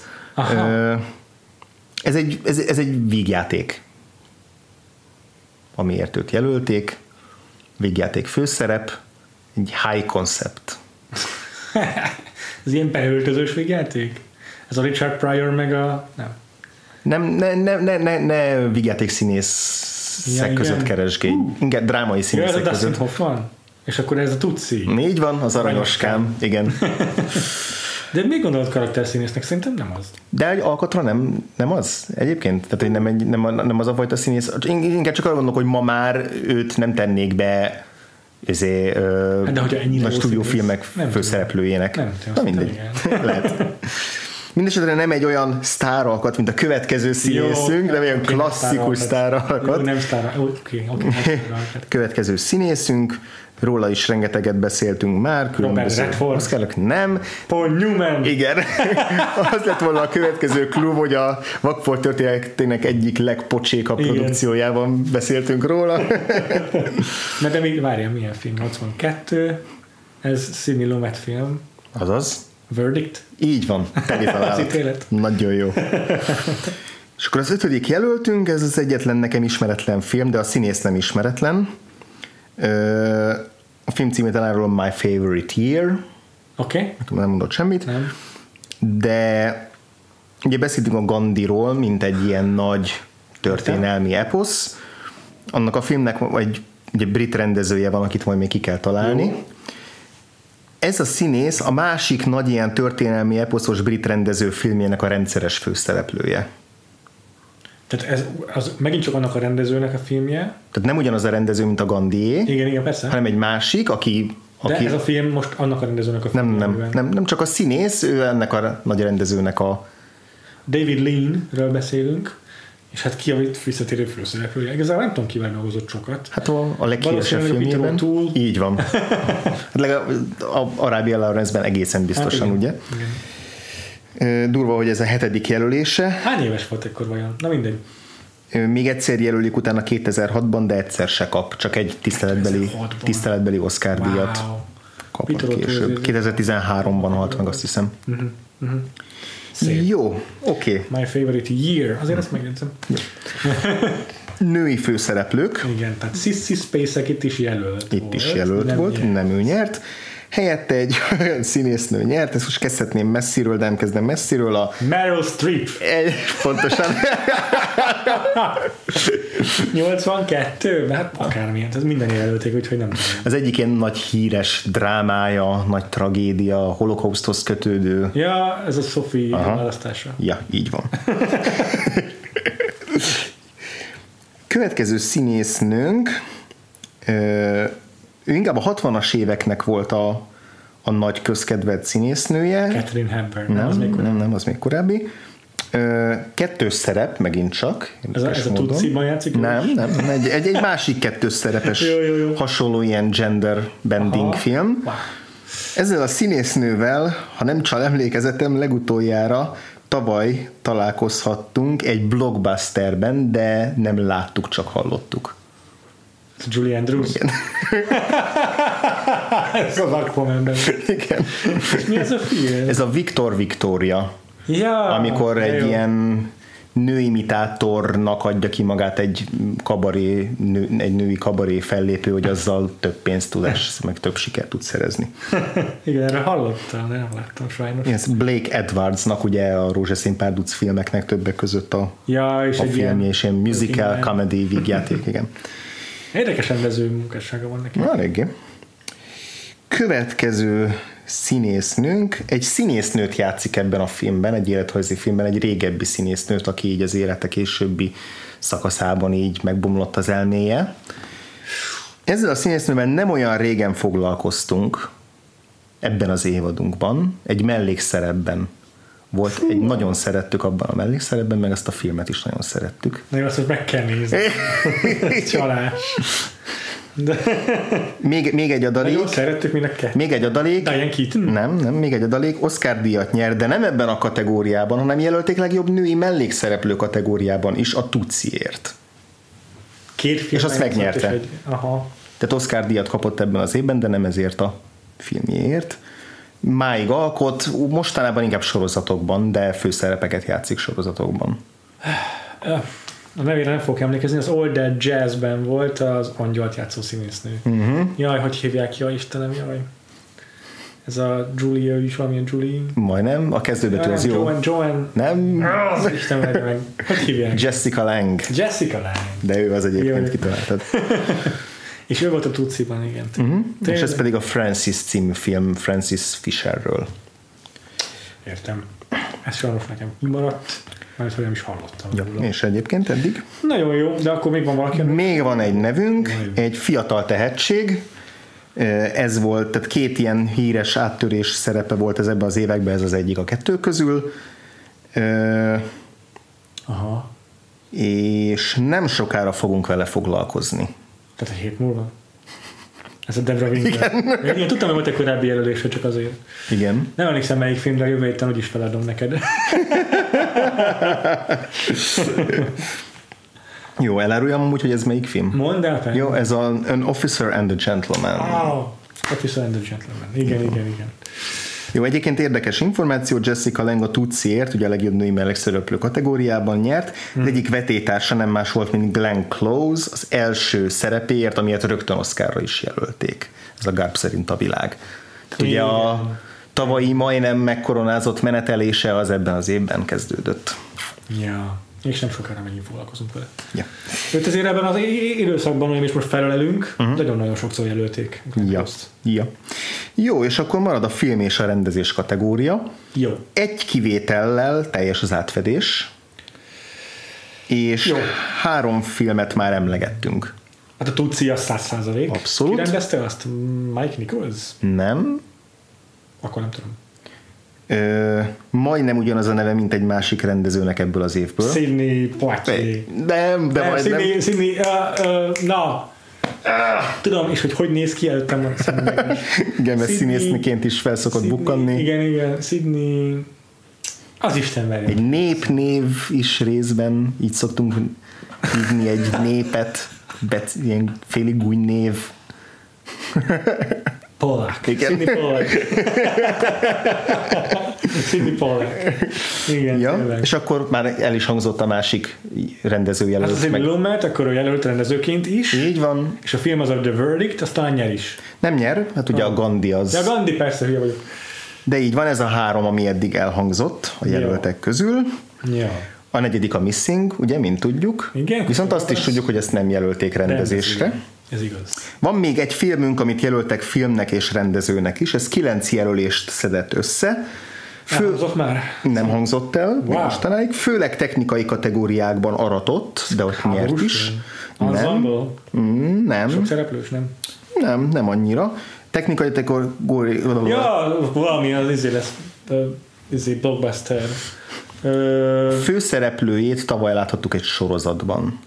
Ez egy vígjáték, amiért őt jelölték. Vígjáték főszerep, egy high concept. Ez ilyen beöltözős vígjáték? Ez a Richard Pryor meg a... Nem. Ne vígjáték színészek között keresgélj. Inkább drámai színészek között. Ez a Dustin Hoffman? És akkor ez a Tutsi? Így van, az aranyoskám. Igen. De még gondolod karakterszínésznek? Szerintem nem az. De egy alkatra nem az egyébként? Tehát nem az a fajta színész. Inkább csak arra gondolok, hogy ma már őt nem tennék be nagy stúdiófilmek főszereplőjének. Nem mindegy. Lehet. Mindenesetre nem egy olyan sztáralkat, mint a következő színészünk, de olyan klasszikus sztáralkat. Nem sztáralkat. Oké. Következő színészünk, róla is rengeteget beszéltünk már. Robert Redford. Nem. Paul Newman. Igen. Az lett volna a következő klub, hogy a Vakfolt történetének egyik legpocsékabb produkciójában beszéltünk róla. De még várjál, milyen film? 82. Ez Sidney Lumet film. Azaz. Verdict. Így van. Teli találat. Nagyon jó. És akkor az 5. jelöltünk, ez az egyetlen nekem ismeretlen film, de a színész nem ismeretlen. A film címét elárulom, My Favorite Year. Oké. Nem mondott semmit. Nem. De ugye beszéltünk a Gandhiról, mint egy ilyen nagy történelmi eposz. Annak a filmnek egy brit rendezője van, akit majd még ki kell találni. Jó. Ez a színész a másik nagy ilyen történelmi eposzos brit rendező filmjének a rendszeres főszereplője. Tehát ez az megint csak annak a rendezőnek a filmje? Tehát nem ugyanaz a rendező, mint a Gandhié. Igen, persze. Hanem egy másik, aki... De ez a film most annak a rendezőnek a filmje. Nem csak a színész, ő ennek a nagy rendezőnek a... David Lean-ről beszélünk, és hát ki a visszatérő főszereplője. Igazából nem tudom, kivel dolgozott sokat. Hát a leghíresebb filmjében. Így van. Hát legalább a Arábia Lawrence-ben egészen biztosan, hát ugye? Igen. Durva, hogy ez a 7. jelölése. Hány éves volt ekkor vajon? Na mindegy. Még egyszer jelölik utána 2006-ban, de egyszer se kap. Csak egy tiszteletbeli Oscar-díjat kapott később. 2013-ban halt meg, azt hiszem. Szép. Jó, oké. My favorite year. Azért ezt megjegyzem. Női főszereplők. Igen, tehát Sissy Spacek itt is jelölt volt. Nem ő nyert. Helyette egy olyan színésznő nyert, ezt most kezdhetném messziről, de nem kezdem messziről. A Meryl Streep. Pontosan. 82? Hát akármilyen, ez minden jelölték, úgyhogy nem tudom. Az egyik ilyen nagy híres drámája, nagy tragédia, a holokauszthoz kötődő. Ja, ez a Sophie választása. Ja, így van. Következő színésznőnk, ő inkább a 60-as éveknek volt a nagy közkedvelt színésznője. Catherine Hepburn. Nem, az még korábbi. Kettős szerep, megint csak. Ez a Tutsiban játszik? Nem. Egy másik kettős szerepes, hasonló ilyen gender bending film. Wow. Ezzel a színésznővel, ha nem csal emlékezetem, legutoljára tavaly találkozhattunk egy blockbusterben, de nem láttuk, csak hallottuk. Julie Andrews? Igen. Ez az Aquamanben. Igen. Mi ez a film? Ez a Victoria. Ja, amikor egy ilyen nőimitátornak adja ki magát egy női kabaré fellépő, hogy azzal több pénzt tud, meg több sikert tud szerezni. Igen, erre hallottam, de nem láttam sajnos. Ez Blake Edwardsnak ugye a Rózsaszín párduc filmeknek többek között a filmje, és ilyen musical, comedy, vígjáték, igen. Érdekes rendező munkássága van neki. Eléggé. Következő színésznőnk, egy színésznőt játszik ebben a filmben, egy életrajzi filmben, egy régebbi színésznőt, aki így az élete későbbi szakaszában így megbomlott az elméje. Ezzel a színésznővel nem olyan régen foglalkoztunk ebben az évadunkban, egy mellékszerepben volt, nagyon szerettük abban a mellékszerepben, meg ezt a filmet is nagyon szerettük. Na jó, azt most meg kell nézni. Csalás. De... Még egy adalék. Nagyon szerettük mind a kettőt. Még egy adalék. Diane Keaton? Nem, még egy adalék. Oscar-díjat nyer, de nem ebben a kategóriában, hanem jelölték legjobb női mellékszereplő kategóriában is, a Tutsiért. És azt megnyerte. Aha. Tehát Oscar-díjat kapott ebben az évben, de nem ezért a filmjéért. Máig alkot, mostanában inkább sorozatokban, de főszerepeket játszik sorozatokban. A nevére nem fogok emlékezni, az All That Jazzben volt az angyolt játszó színésznő. Jaj, hogy hívják? Jaj, Istenem, jaj. Ez a Julia, is valamilyen Julie. Majdnem, a kezdőbetű az jó. Joanne. Nem. Az Isten meg. Hogy hívják? Jessica Lange. De ő az egyébként kitaláltad. És ő volt a Tutsiban, igen. És ez pedig a Francis című film Francis Fisherről. Értem. Ez sajnos nekem maradt, mert hogy nem is hallottam. Ja, és egyébként eddig? Nagyon jó, de akkor még van valaki? Még van egy nevünk, egy fiatal tehetség. Ez volt, tehát két ilyen híres áttörés szerepe volt ez ebben az években, ez az egyik a kettő közül. Aha. És nem sokára fogunk vele foglalkozni. Tehát egy hét múlva? Ez a Debra Winger. Én tudtam, hogy volt egy korábbi jelölés, csak azért. Igen. Nem emlékszem, melyik filmre, jövő héten úgyis feladom neked. Jó, eláruljam amúgy, hogy ez melyik film? Mondd el. Jó, ez An Officer and a Gentleman. Officer and a Gentleman. Igen. Jó, egyébként érdekes információ, Jessica Lange a Tutsiért, ugye a legjobb női mellékszereplő kategóriában nyert, de egyik vetétársa nem más volt, mint Glenn Close, az első szerepéért, amiért rögtön Oscarra is jelölték. Ez a Garp szerint a világ. Tehát ugye a tavalyi majdnem megkoronázott menetelése az ebben az évben kezdődött. Ja, és nem sokára megint foglalkozunk vele. Ja. Őt azért ebben az időszakban, hogy is most felelünk, nagyon-nagyon sokszor jelölték. Ja. Jó, és akkor marad a film és a rendezés kategória. Jó. Egy kivétellel teljes az átfedés, és jó. 3 filmet már emlegettünk. Hát a Tutsi az 100%. Abszolút. Ki rendezte azt? Mike Nichols? Nem. Akkor nem tudom. Majdnem ugyanaz a neve, mint egy másik rendezőnek ebből az évből. Sidney Poitier. Nem, de majdnem. Sidney, tudom, és hogy néz ki, előttem van szemben. Igen, mert színészként is felszokott bukkanni. Igen, Sidney, az Isten verje. Egy népnév is részben, így szoktunk hívni egy népet, ilyen félig gúny név. Polák. Igen. Sidney Polák. Sidney Pollack. Igen, ja, és akkor már el is hangzott a másik rendezőjelölt. Hát az Sidney Lumet, akkor ő jelölt rendezőként is. Így van. És a film az a The Verdict, aztán nyer is. Nem nyer, hát ugye a Gandhi az. Ja, a Gandhi persze, hülye vagyok. De így van, ez a 3, ami eddig elhangzott a jelöltek közül. Ja. A 4. a Missing, ugye, mint tudjuk. Igen, viszont azt is tudjuk, hogy ezt nem jelölték rendezésre. Ez igaz. Van még egy filmünk, amit jelöltek filmnek és rendezőnek is. Ez 9 jelölést szedett össze. Hangzott már? Nem hangzott el mostanáig. Főleg technikai kategóriákban aratott, de ott nyert is. Nem. Sok szereplős, nem? Nem annyira. Technikai kategória... Ja, valami az izé lesz. Blockbuster. Főszereplőjét tavaly láthattuk egy sorozatban.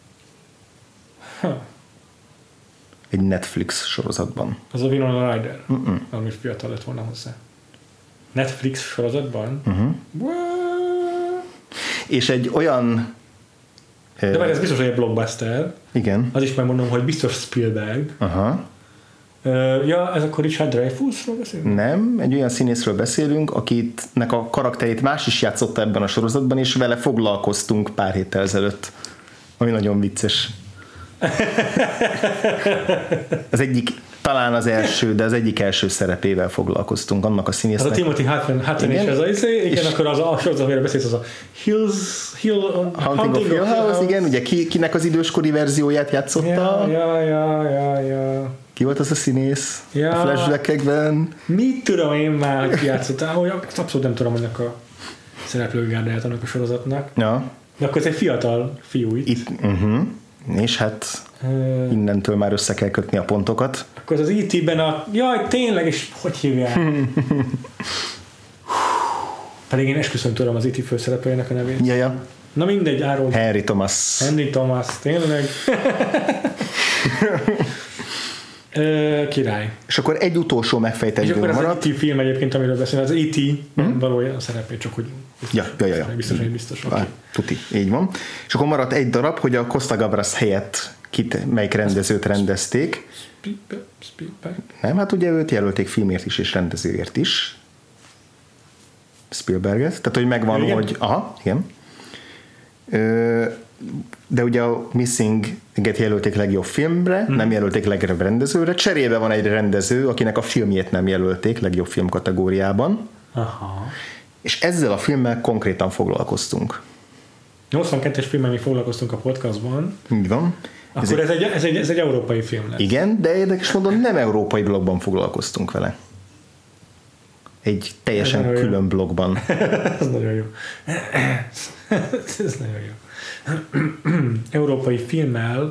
Egy Netflix sorozatban. Az a Winona Ryder. Ami fiatal lett volna hozzá. Netflix sorozatban? És egy olyan... De már ez biztos, hogy egy blockbuster. Igen. Az is megmondom, hogy biztos Spielberg. Aha. Ja, ez akkor Richard Dreyfussról beszélünk? Nem, egy olyan színészről beszélünk, akitnek a karakterét más is játszotta ebben a sorozatban, és vele foglalkoztunk pár héttel ezelőtt. Ami nagyon vicces. Az egyik, talán az első, de az egyik első szerepével foglalkoztunk, annak a színésznek. Az a Timothy Hutton és ez az igen, akkor az a sorozat, amire beszélsz, az a Haunting of Hill House, igen, ugye kinek az időskori verzióját játszotta? Ja. Ki volt az a színész? Ja. A flashbackekben? Mit tudom én már, hogy játszottál, hogy abszolút nem tudom annak a szereplőgárdáját annak a sorozatnak. Ja. De akkor ez egy fiatal fiú itt. És hát innentől már össze kell kötni a pontokat. Akkor az E.T.-ben a... Jaj, tényleg, és hogy hívják? Pedig én esküszöm tudom az E.T. főszereplőjének a nevét. Ja. Na mindegy, árul. Henry Thomas, tényleg. Király. És akkor egy utolsó megfejtendő maradt. És akkor az E.T. film egyébként, amiről beszélünk, az E.T. valójában szerepel, csak hogy biztos. Okay. Tuti, így van. És akkor maradt egy darab, hogy a Costa Gavras helyett melyik rendezőt rendezték. Spielberg? Nem, hát ugye őt jelölték filmért is és rendezőért is. Spielberget. Tehát, hogy megvan, igen? Hogy... Aha, igen. De ugye a Missing-et jelölték legjobb filmre, nem jelölték legjobb rendezőre. Cserébe van egy rendező, akinek a filmjét nem jelölték legjobb film kategóriában. Aha. És ezzel a filmmel konkrétan foglalkoztunk. 82-es filmmel mi foglalkoztunk a podcastban. Így van. Akkor ez egy európai film lesz. Igen, de érdekes módon nem európai blogban foglalkoztunk vele. Egy teljesen külön blogban. Ez nagyon jó. Ez nagyon jó. Európai filmmel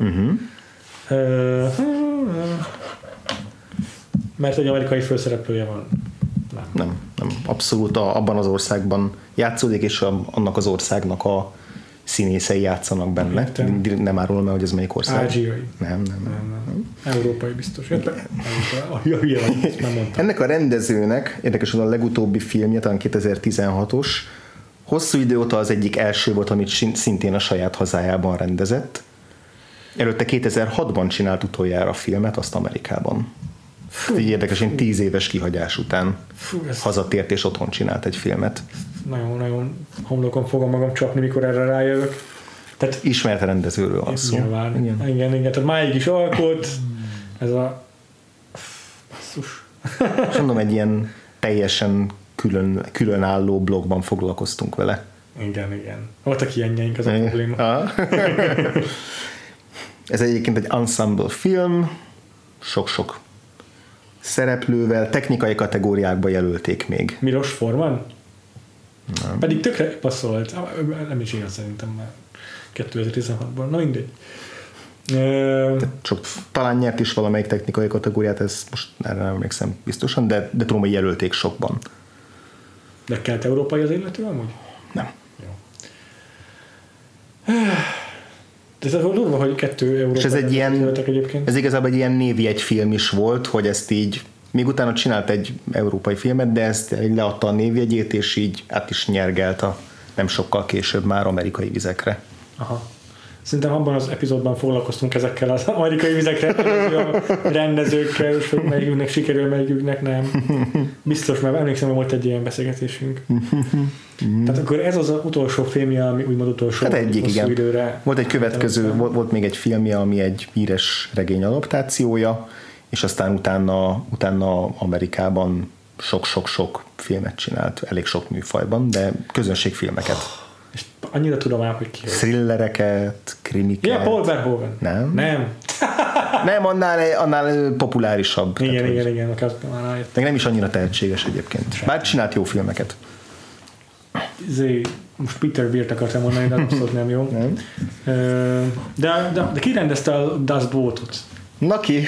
mert egy amerikai főszereplője van. Nem. Abszolút abban az országban játszódik, és annak az országnak a színészei játszanak benne. Nem árulom el, hogy ez melyik ország. Ázsiai. Nem. Európai biztos. Ennek a rendezőnek, érdekes, hogy a legutóbbi filmje, talán 2016-os, hosszú idő óta az egyik első volt, amit szintén a saját hazájában rendezett. Előtte 2006-ban csinált utoljára filmet, azt Amerikában. Így érdekes, én 10 éves kihagyás után hazatért és otthon csinált egy filmet. Nagyon homlokon fogom magam csapni, mikor erre rájövök. Tehát ismert rendezőről van szó. Igen. Tehát máig is alkot. Ez a... Basszus. És mondom, egy ilyen teljesen különálló blogban foglalkoztunk vele. Igen. Voltak ilyenjeink, az a probléma. Ez egyébként egy ensemble film, sok-sok szereplővel, technikai kategóriákba jelölték még. Milos Forman? Nem. Pedig tökre passzolt. Nem is ilyen szerintem már 2016-ban. Na mindegy. Talán nyert is valamelyik technikai kategóriát, ez most erre nem emlékszem biztosan, de tudom, hogy jelölték sokban. De kelet-európai az illető amúgy? Nem. Jó. De ez az durva, hogy 2 európai. És ez igazából egy ilyen névjegy film is volt, hogy ezt így, még utána csinált egy európai filmet, de ezt leadta a névjegyét, és így át is nyergelt nem sokkal később már amerikai vizekre. Aha. Szerintem abban az epizódban foglalkoztunk ezekkel az amerikai vizekre rendezőkkel, és hogy melyiknek sikerül, melyiknek nem. Biztos, mert emlékszem, hogy volt egy ilyen beszélgetésünk. Tehát akkor ez az utolsó filmje, ami úgymond utolsó hát egyik, igen. időre. Volt egy következő, volt még egy filmje, ami egy híres regény adaptációja, és aztán utána Amerikában sok-sok-sok filmet csinált, elég sok műfajban, de közönségfilmeket. És annyira tudom ám, hogy ki. Thrillereket, krimiket. Ja, Paul Verhoeven. Nem? Nem, annál populárisabb. Igen. Meg nem is annyira tehetséges egyébként. Bár csinált jó filmeket. Most Peter Beert akartam mondani, de abszolút nem jó. Nem. De ki rendezte a Das Bootot? Na ki?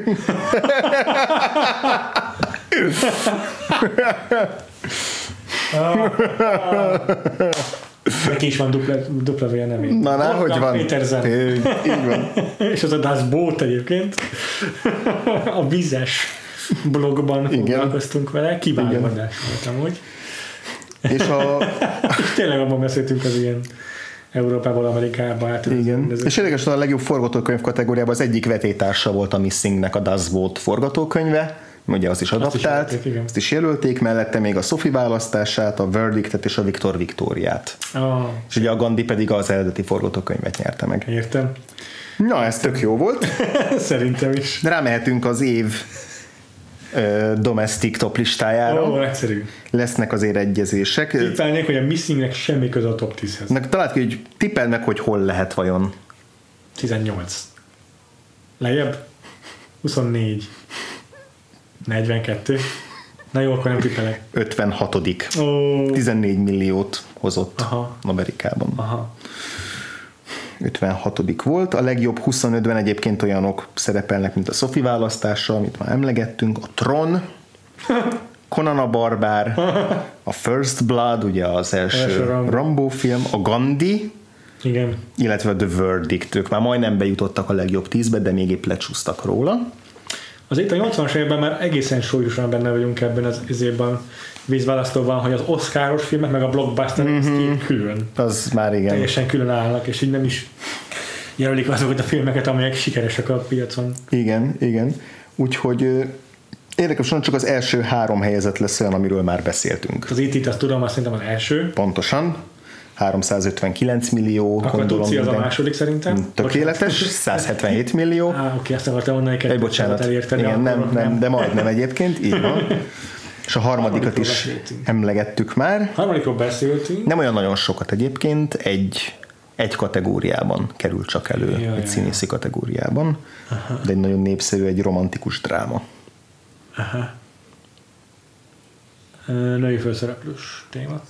Neki is van dupla V nem én. Na, hogy van? Petersen. Így van. És az a Das Boot egyébként. A vizes blogban foglalkoztunk vele. Kiváló adás volt amúgy. És tényleg abban beszéltünk az ilyen Európából, Amerikába át. Igen. És érdekes, a legjobb forgatókönyv kategóriában az egyik vetétársa volt a Missingnek a Das Boot forgatókönyve, ugye az is adaptált, azt is jelölték, mellette még a Sophie választását, a Verdictet és a Victor Victoriát. És ugye a Gandhi pedig az eredeti forgatókönyvet nyerte meg. Értem. Na, ez tök jó volt. Szerintem is. Rámehetünk az év domestic top listájára. Egyszerű. Lesznek azért egyezések. Tippelnék, hogy a Missingnek semmi köze a top 10-hez. Találd ki, hogy tippeld meg, hogy hol lehet vajon. 18. Lejjebb? 24. 42. Na jó, akkor nem tippelek. 56. 14 milliót hozott Amerikában. 56. volt. A legjobb 25-ben egyébként olyanok szerepelnek, mint a Sophie választása, amit már emlegettünk, a Tron, Conan a Barbár, a First Blood, ugye az első Rambo film, a Gandhi, igen. Illetve a The Verdict. Ők már majdnem bejutottak a legjobb 10-be, de még épp lecsúsztak róla. Az itt a 80-as években már egészen súlyosan benne vagyunk ebben az izében vízválasztóban, hogy az Oscaros filmek meg a blockbusterek külön. Az már igen. Teljesen külön állnak, és így nem is jelölik azokat a filmeket, amelyek sikeresek a piacon. Igen. Úgyhogy érdekes, csak az első 3 helyezett lesz olyan, amiről már beszéltünk. Az E.T.-t azt tudom, azt szerintem az első. Pontosan. 359 millió. Akkor Tuci az a második szerintem. Tökéletes, 177 millió. Oké, azt akartam mondani, hogy bocsánat. Igen, nem, de majdnem egyébként, így van. És a harmadikat is emlegettük már. Harmadikról beszéltünk. Nem olyan nagyon sokat egyébként, egy kategóriában kerül csak elő, egy színészi kategóriában, de egy nagyon népszerű, egy romantikus dráma. Női főszereplős téma.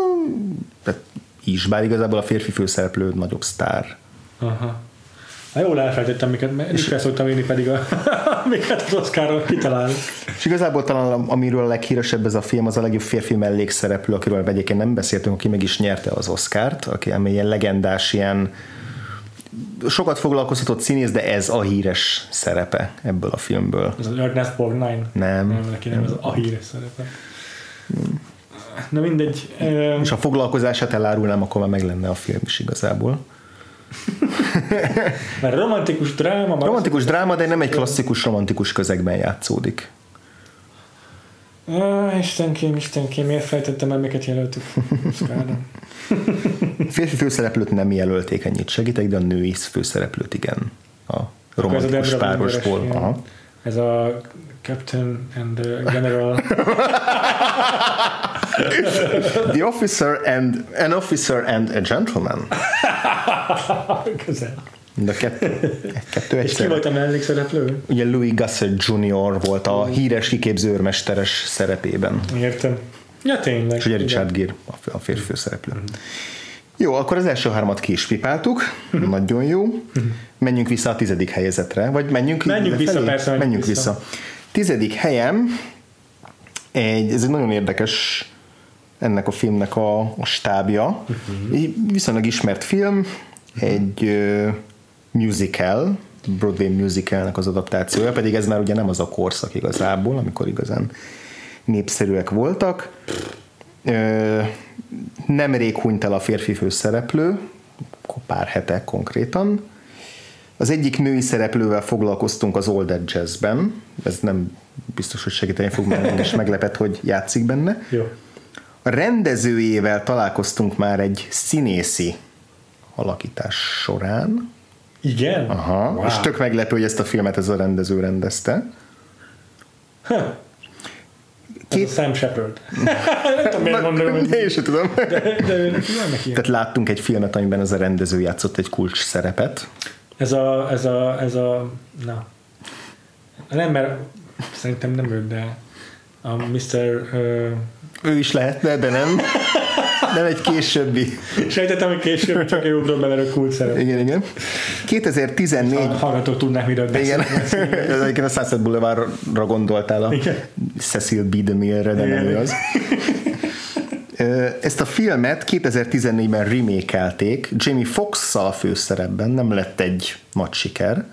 Is, bár igazából a férfi főszereplő nagyobb sztár. Hát jól elfelejtettem, miket fel szoktam írni, pedig amiket az Oscarról kitalálni. És igazából talán amiről a leghíresebb ez a film, az a legjobb férfi mellékszereplő, akiről egyébként nem beszéltünk, aki meg is nyerte az Oscart, aki ilyen legendás, ilyen sokat foglalkoztatott színész, de ez a híres szerepe ebből a filmből. Ez az Ernest Borgnine? Nem. Neki nem, ez a híres szerepe. Na mindegy. És a foglalkozását elárulnám, akkor már meg lenne a film is igazából. Mert romantikus dráma... Romantikus dráma, de nem egy klasszikus romantikus közegben játszódik. Istenkém, miért felejtettem el, miket jelöltük Oscarra? Férfi főszereplőt nem jelölték, ennyit segítek, de a női főszereplőt igen. A romantikus párosból. Ez a Captain and the General. An officer and a gentleman. Közel. De kettő és ki volt a mellékszereplő? Ugye Louis Gossett Jr. volt a híres kiképző őrmesteres szerepében. Értem. Ja, tényleg. És ugye Richard Gere a férfi főszereplő. Jó, akkor az első 3-at ki is pipáltuk. Nagyon jó. Menjünk vissza a 10. helyezetre. Vagy menjünk vissza, persze. Menjünk vissza. 10. helyem ez egy nagyon érdekes ennek a filmnek a stábja. Viszonylag ismert film, egy musical, Broadway musicalnek az adaptációja, pedig ez már ugye nem az a korszak igazából, amikor igazán népszerűek voltak. Nemrég hunyt el a férfi főszereplő, pár hete konkrétan. Az egyik női szereplővel foglalkoztunk az All That Jazz-ben, ez nem biztos, hogy segíteni fog, mert engem is meglepett, hogy játszik benne. Jó. A rendezőjével találkoztunk már egy színészi alakítás során. Igen? Aha, wow. És tök meglepő, hogy ezt a filmet ez a rendező rendezte. Ez a Sam Shepard. Nem tudom, miért mondom. Én sem tudom. De ő neki van neki. Tehát láttunk egy filmet, amiben ez a rendező játszott egy kulcs szerepet. Ez a na. Nem, mert szerintem nem ő, de a Mr. Ő is lehetne, de nem. Nem egy későbbi. Sejtettem, hogy később csak ő ugrott bele, kult szerep. Igen. 2014... A hallgatók tudnák, miről beszélni. Igen, a Sunset Boulevardra gondoltál a Cecil B. DeMille-re, de nem ő az. Ezt a filmet 2014-ben remake-elték, Jamie Foxx-szal a főszerepben, nem lett egy nagy siker.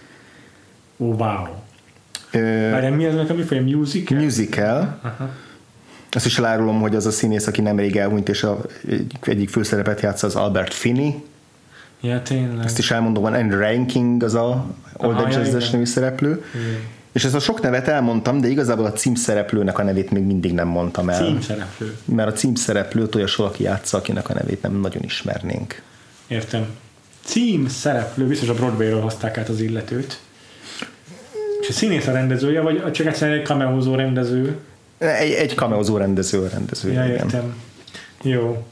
Oh, wow. Várjál, mi az nekem, mi folyam? Musical? Musical. Aha. Azt is elárulom, hogy az a színész, aki nemrég elhunyt, és egyik főszerepet játsza, az Albert Finney. Ja, tényleg. Ezt is elmondom, van Andy Ranking, az a All That Jazz-es nevű szereplő. Igen. És ezt a sok nevet elmondtam, de igazából a címszereplőnek a nevét még mindig nem mondtam el. Címszereplő. Mert a címszereplőt olyas valaki játsza, akinek a nevét nem nagyon ismernénk. Értem. Címszereplő, biztos a Broadway-ról hozták át az illetőt. És a színész a rendezője, vagy csak egyszerűen egy cameózó rendező? Egy cameózó rendező. Ja, értem. Jó.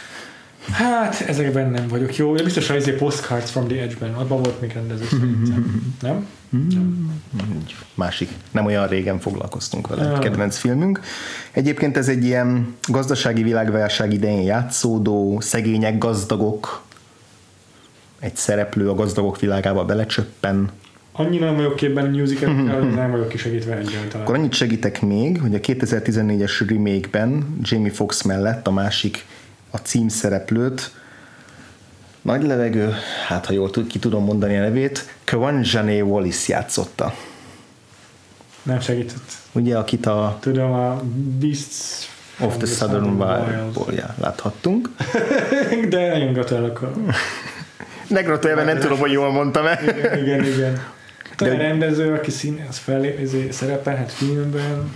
Hát, ezekben nem vagyok jó. De biztos, hogy Postcards from the Edge-ben. Abban volt még rendező szerintem. Nem? Másik. Nem olyan régen foglalkoztunk vele. Kedvenc filmünk. Egyébként ez egy ilyen gazdasági világválság idején játszódó, szegények, gazdagok. Egy szereplő a gazdagok világába belecsöppen. Annyira nem vagyok képben a musical, nem vagyok kisegítve egyáltalán. Akkor annyit segítek még, hogy a 2014-es remake-ben Jamie Foxx mellett a másik, a címszereplőt, nagy levegő, hát ha jól ki tudom mondani a nevét, Kawanjane Wallis játszotta. Nem segített. Ugye, akit a... Tudom, a Beasts of the Southern Wild-ból láthattunk. De nagyon gratulálok. Ne gratulálj, nem tudom, hogy jól mondtam-e. Igen. A rendező, aki színész szerepelhet filmben.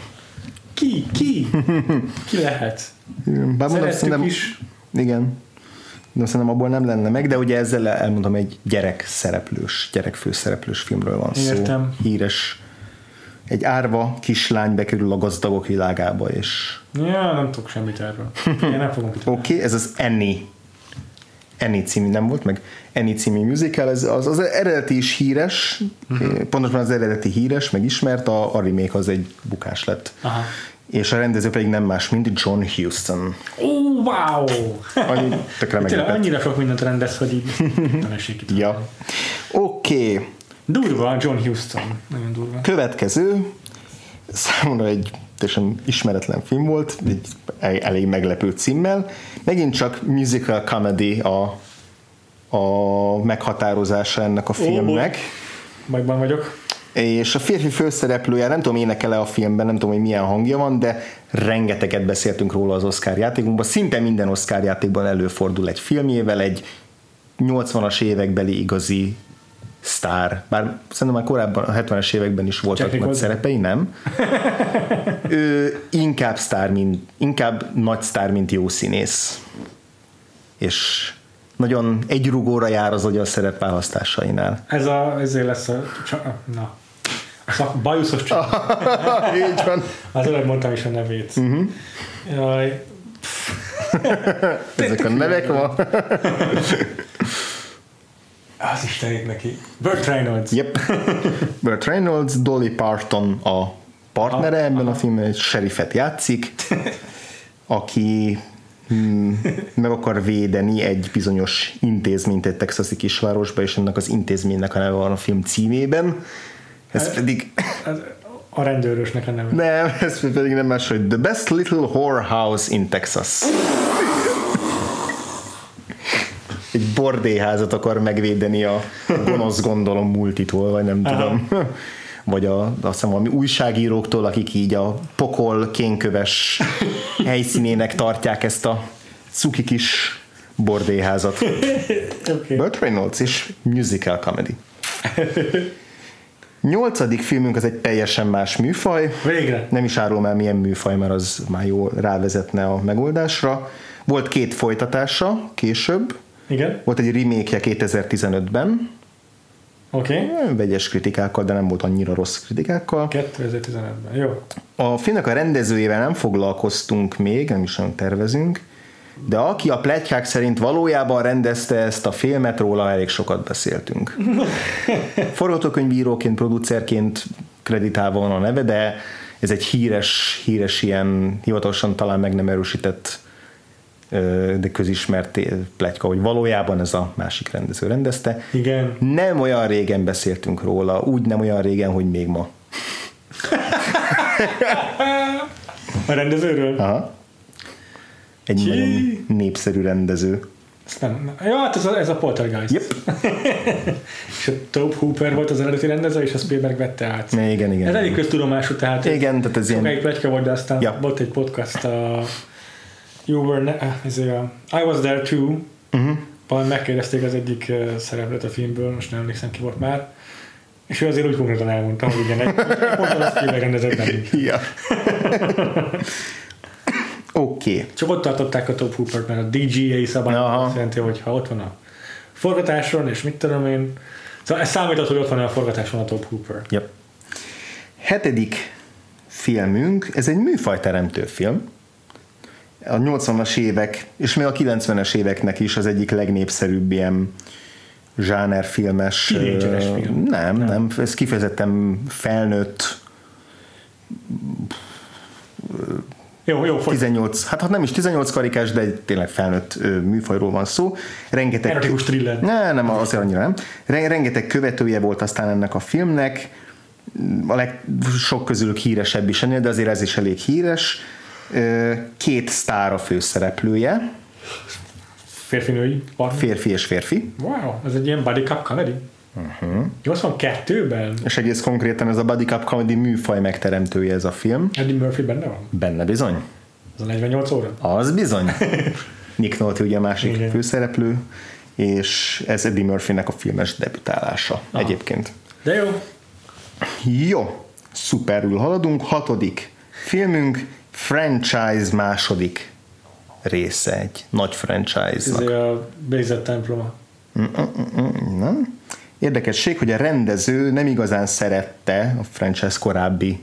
Ki lehet? Bár mondom, is. Igen. De szerintem abból nem lenne meg, de ugye ezzel elmondom, egy gyerekfőszereplős filmről van szó. Értem. Híres. Egy árva kislány bekerül a gazdagok világába, és... Ja, nem tudok semmit erről. Én nem fogom kitudni. Oké, ez az Annie című, nem volt meg? Annie című musical, az eredeti is híres, pontosan az eredeti híres, meg ismert, a remake az egy bukás lett. Aha. És a rendező pedig nem más, mint John Huston. Wow! Tökre meglepett. Annyira sok mindent rendez, hogy így ja. Oké. Durva, John Huston. Nagyon durva. Következő, számomra egy teljesen ismeretlen film volt, egy elég meglepő címmel. Megint csak musical comedy a meghatározása ennek a filmnek. Bajban vagyok. És a férfi főszereplője, nem tudom, énekel-e a filmben, nem tudom, hogy milyen hangja van, de rengeteget beszéltünk róla az Oscar játékunkban. Szinte minden Oscar játékban előfordul egy filmjével, egy 80-as évekbeli igazi sztár. Bár szerintem már korábban, a 70-es években is voltak nagy szerepei, nem? Ő inkább nagy sztár, mint jó színész. És nagyon egyrugóra jár az a szerepválasztásainál. Ezért lesz a bajuszos csak. Így van. Az előbb mondtam is a nevét. Jaj. Ezek a nevek van. Az is teljük neki. Burt Reynolds. Yep. Burt Reynolds, Dolly Parton a partnere ebben a filmben, egy sheriffet játszik, aki meg akar védeni egy bizonyos intézményt egy texasi kisvárosba, és ennek az intézménynek a neve van a film címében. Ez pedig... A rendőrösnek a neve. Nem, ez pedig nem más, hogy The Best Little Whorehouse in Texas. Egy bordélyházat akar megvédeni a gonosz, gondolom, multitól, vagy nem tudom. Vagy azt hiszem valami újságíróktól, akik így a pokol kénköves helyszínének tartják ezt a cuki kis bordélyházat. Okay. Burt Reynolds is musical comedy. 8. filmünk az egy teljesen más műfaj. Végre. Nem is árulom el milyen műfaj, mert az már jól rávezetne a megoldásra. Volt 2 folytatása később. Igen. Volt egy remake-je 2015-ben. Oké. Okay. Vegyes kritikákkal, de nem volt annyira rossz kritikákkal. 2015-ben, jó. A filmnek a rendezőjével nem foglalkoztunk még, nem is nagyon tervezünk, de aki a pletykák szerint valójában rendezte ezt a filmet, róla elég sokat beszéltünk. Forgatókönyvíróként, producerként kreditálva van a neve, de ez egy híres ilyen, hivatalosan talán meg nem erősített, de közismert pletyka, hogy valójában ez a másik rendező rendezte. Igen. Nem olyan régen beszéltünk róla, úgy nem olyan régen, hogy még ma. A rendezőről? Aha. Egy nagyon népszerű rendező. Ja, hát ez a Poltergeist. Yep. És a Tobe Hooper volt az eredeti rendező, és a Spielberg vette át. Igen. Ez elég köztudomású, tehát igen, tehát ez sokáig pletyka volt, de aztán volt egy podcast, I Was There Too, megkérdezték az egyik szereplőt a filmből, most nem emlékszem ki volt már, és ő azért úgy konkrétan elmondta, hogy igen, egy ponton azt Spielberg rendezett bennünk. Ja. Oké. Csak ott tartották a Tobe Hoopert, mert a DGA szabály azt jelenti, hogy ha ott van a forgatáson, és mit tudom én, szóval ez számított, hogy ott van a forgatáson a Tobe Hooper. Yep. 7. filmünk, ez egy műfajteremtő film. A 80-as évek, és még a 90-es éveknek is az egyik legnépszerűbb ilyen zsánerfilmes. Film. Nem, ez kifejezetten felnőtt. Jó, 18, hát nem is 18 karikás, de egy tényleg felnőtt műfajról van szó. Rengeteg erotikus thriller. Nem, azért annyira nem. Rengeteg követője volt aztán ennek a filmnek. Sok közülük híresebb is ennél, de azért ez is elég híres. 2 sztár a főszereplője. Férfi-női? Férfi és férfi. Wow, ez egy ilyen buddy cop comedy. 82-ben? És egész konkrétan ez a buddy cop comedy műfaj megteremtője ez a film. Eddie Murphy benne van? Benne bizony. Az a 48 óra? Az bizony. Nick Nolte ugye a másik főszereplő, és ez Eddie Murphynek a filmes debütálása egyébként. De jó. Jó, szuperül haladunk. 6. filmünk, franchise második része, egy nagy franchise-nak. Ez a Bézett temploma. Nem? Érdekesség, hogy a rendező nem igazán szerette a franchise korábbi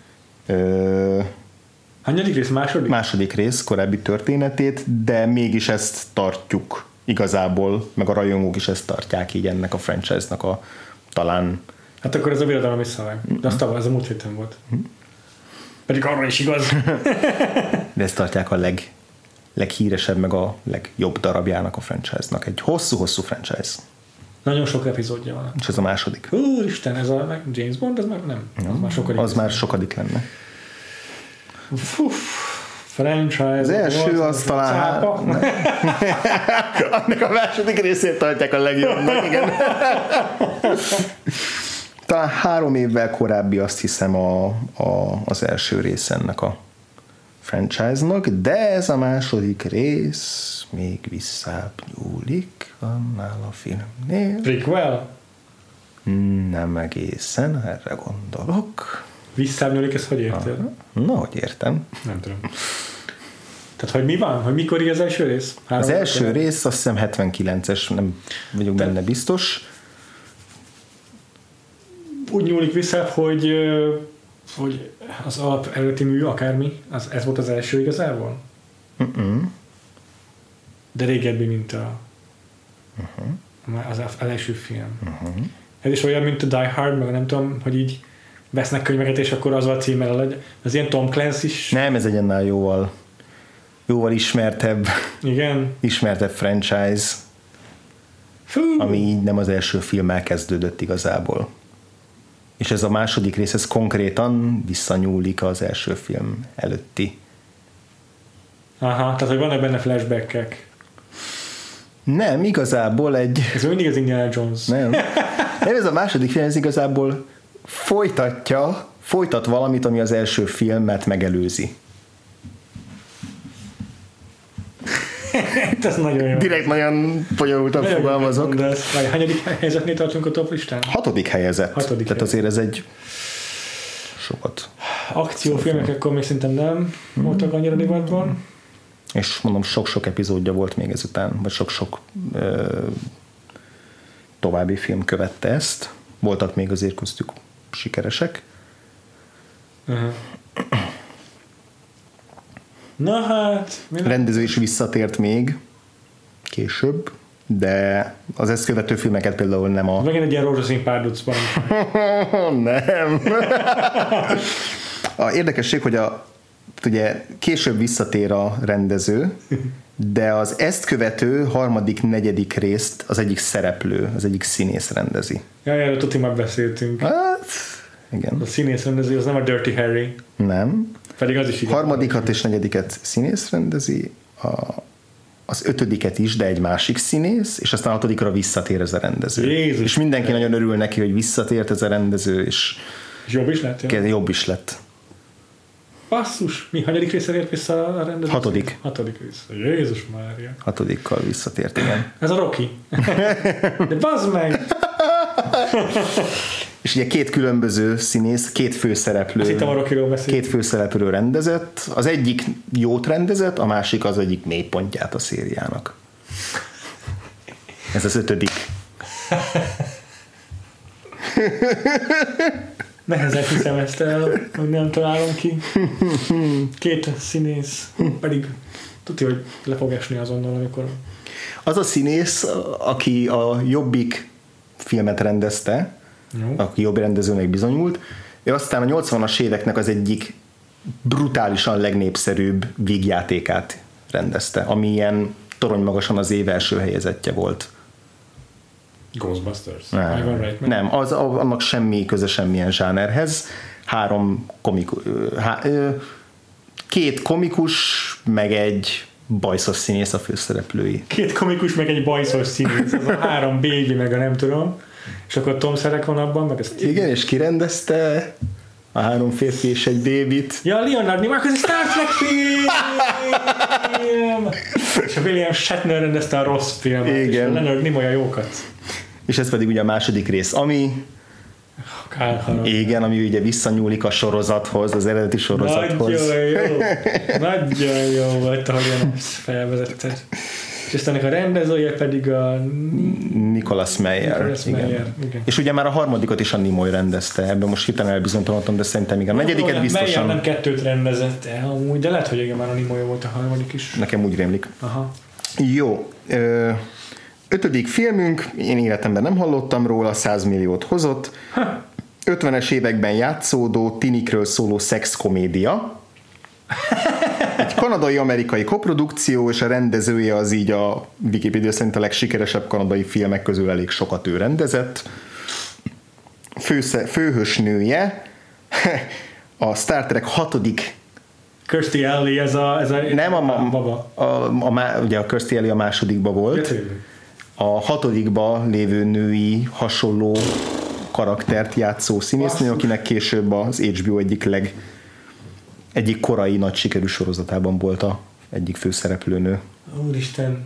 hanyadik rész? Második rész korábbi történetét, de mégis ezt tartjuk igazából, meg a rajongók is ezt tartják így ennek a franchise-nak a talán. Hát akkor ez a birodalom visszavág. De azt ez a múlt héten volt. Pedig arra is igaz. De ezt tartják a leghíresebb, meg a legjobb darabjának a franchise-nak. Egy hosszú-hosszú franchise. Nagyon sok epizódja van. És ez a második. Isten, ez a James Bond, ez már nem. Az már sokadik. Az már sokadik lenne. Franchise. Az első az talán... Annak a második részét tartják a legjobbnak, igen. Talán 3 évvel korábbi, azt hiszem az első rész ennek a franchise-nak, de ez a második rész még visszább nyúlik annál a filmnél. Prequel? Nem egészen, erre gondolok. Visszább nyúlik, ezt hogy érted? Na, hogy értem. Nem tudom. Tehát, hogy mi van? Hogy mikor az első rész? Az első rész azt hiszem 79-es, nem vagyok benne biztos. Úgy nyúlik vissza, hogy az alap eredeti mű, akármi, ez volt az első igazából? De régebbi, mint az első film. Ez is olyan, mint a Die Hard, meg nem tudom, hogy így vesznek könyveket, és akkor az a címmel legyen. Az ilyen Tom Clancy is. Nem, ez egy annál jóval ismertebb. Igen. Ismertebb franchise. Fú. Ami így nem az első filmmel kezdődött igazából. És ez a második rész, ez konkrétan visszanyúlik az első film előtti. Aha, tehát hogy vannak benne flashback-ek. Nem, igazából Ez mindig az Indiana Jones. Nem, ez a második film, ez igazából folytat valamit, ami az első filmet megelőzi. Ez nagyon jó. Direkt nagyon bonyolultan fogalmazok. Hányadik helyezetnél tartunk a top listán? 6. helyezett. Tehát azért ez egy sokat. Akciófilmek akkor még szerintem nem voltak annyira divatban. És mondom, sok-sok epizódja volt még ezután, vagy sok-sok további film követte ezt. Voltak még azért köztük sikeresek. Na hát... Rendező is visszatért még később, de az ezt követő filmeket például nem a... Megint egy ilyen rózsaszín párducban. Nem. A érdekesség, hogy ugye később visszatér a rendező, de az ezt követő 3., 4. részt az egyik szereplő, az egyik színész rendezi. Ja, erről tuti már beszéltünk. Hát, igen. A színész rendezi, az nem a Dirty Harry. Nem. Pedig az is igaz. 3. és 4. színész rendezi, az 5. is, de egy másik színész, és aztán 6. visszatér ez a rendező. Jézus. És mindenki nagyon örül neki, hogy visszatért ez a rendező, és jobb is lett? Ja? Jobb is lett. Basszus, mi hanyadik részre ért vissza a rendező? 6. 6. rész. Jézus Mária. 6. visszatért, igen. Ez a Rocky. De bazd meg! És ugye 2 különböző színész, 2 főszereplő. Két főszereplő rendezett. Az egyik jót rendezett, a másik az egyik mélypontját a szériának. Ez az 5. Nehezen hiszem ezt el, hogy nem találom ki. 2 színész, pedig tudja, hogy le fog esni azonnal, amikor... Az a színész, aki a Jobbik filmet rendezte, aki jobb rendezőnek bizonyult, ő aztán a 80-as éveknek az egyik brutálisan legnépszerűbb vígjátékát rendezte, ami ilyen toronymagasan az év első helyezettje volt. Ghostbusters? Nem, annak semmi köze semmilyen zsánerhez. 2 komikus, meg egy bajszos színész a főszereplői. 2 komikus, meg egy bajszos színész. Az a 3 bégi, meg a nem tudom. És akkor Tom Selleck van abban, meg ezt... Igen, és kirendezte a 3 férfi és egy bébit. Ja, Leonard Nimoy, ez egy Star Trek film! És a William Shatner rendezte a rossz filmet. Igen. És a Leonard Nimoy a jókat. És ez pedig ugye a második rész, ami... Igen, ami ugye visszanyúlik a sorozathoz, az eredeti sorozathoz. Nagyon jó volt, ahogyan ezt felvezetted. És aztán a rendezője pedig a... Nicholas Meyer. Igen. És ugye már a 3. is a Nimoy rendezte, ebben most hirtelen elbizonytalanodtam, de szerintem igen. A 4. biztosan... Meyer nem 2 rendezett amúgy, de lehet, hogy igen, már a Nimoy volt a 3. is. Nekem úgy rémlik. Aha. Jó. 5. filmünk, én életemben nem hallottam róla, 100 milliót hozott. 50-es években játszódó, tinikről szóló szexkomédia. Egy kanadai-amerikai koprodukció, és a rendezője az így a Wikipedia szerint a legsikeresebb kanadai filmek közül elég sokat ő rendezett. Főhősnője a Star Trek 6. Kirstie Alley, ez a nem, ugye a Kirstie Alley a 2. volt. A 6. lévő női hasonló karaktert játszó színésznő, akinek később az HBO egyik korai nagy sikerű sorozatában volt egyik főszereplőnő. Úristen,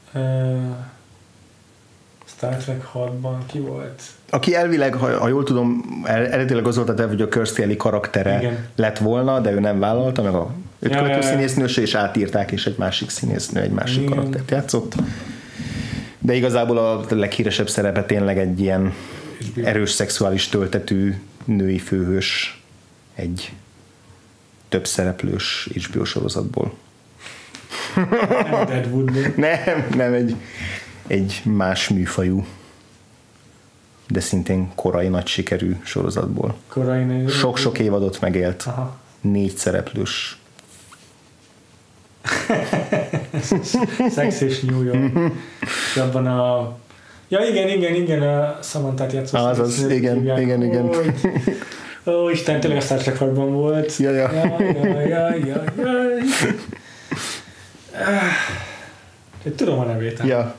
Star Trek 6-ban ki volt? Aki elvileg, ha jól tudom, eredetileg az volt a terv, hogy a Kirstie Alley karaktere lett volna, de ő nem vállalta, meg a követő színésznőse, és átírták, és egy másik színésznő egy másik karaktert játszott. De igazából a leghíresebb szerepe tényleg egy ilyen erős szexuális töltetű női főhős egy több szereplős HBO sorozatból. Nem Deadwoodból. Nem egy más műfajú, de szintén korai nagy sikerű sorozatból. Sok-sok évadot megélt. Aha. 4 szereplős. Szex és New York. És abban a... Ja, igen, a Samantha-t játszó. Azaz, igen. Ó, Isten, tényleg a Star Trek 6-ban volt. Ja. Tudom a nevét. Ja.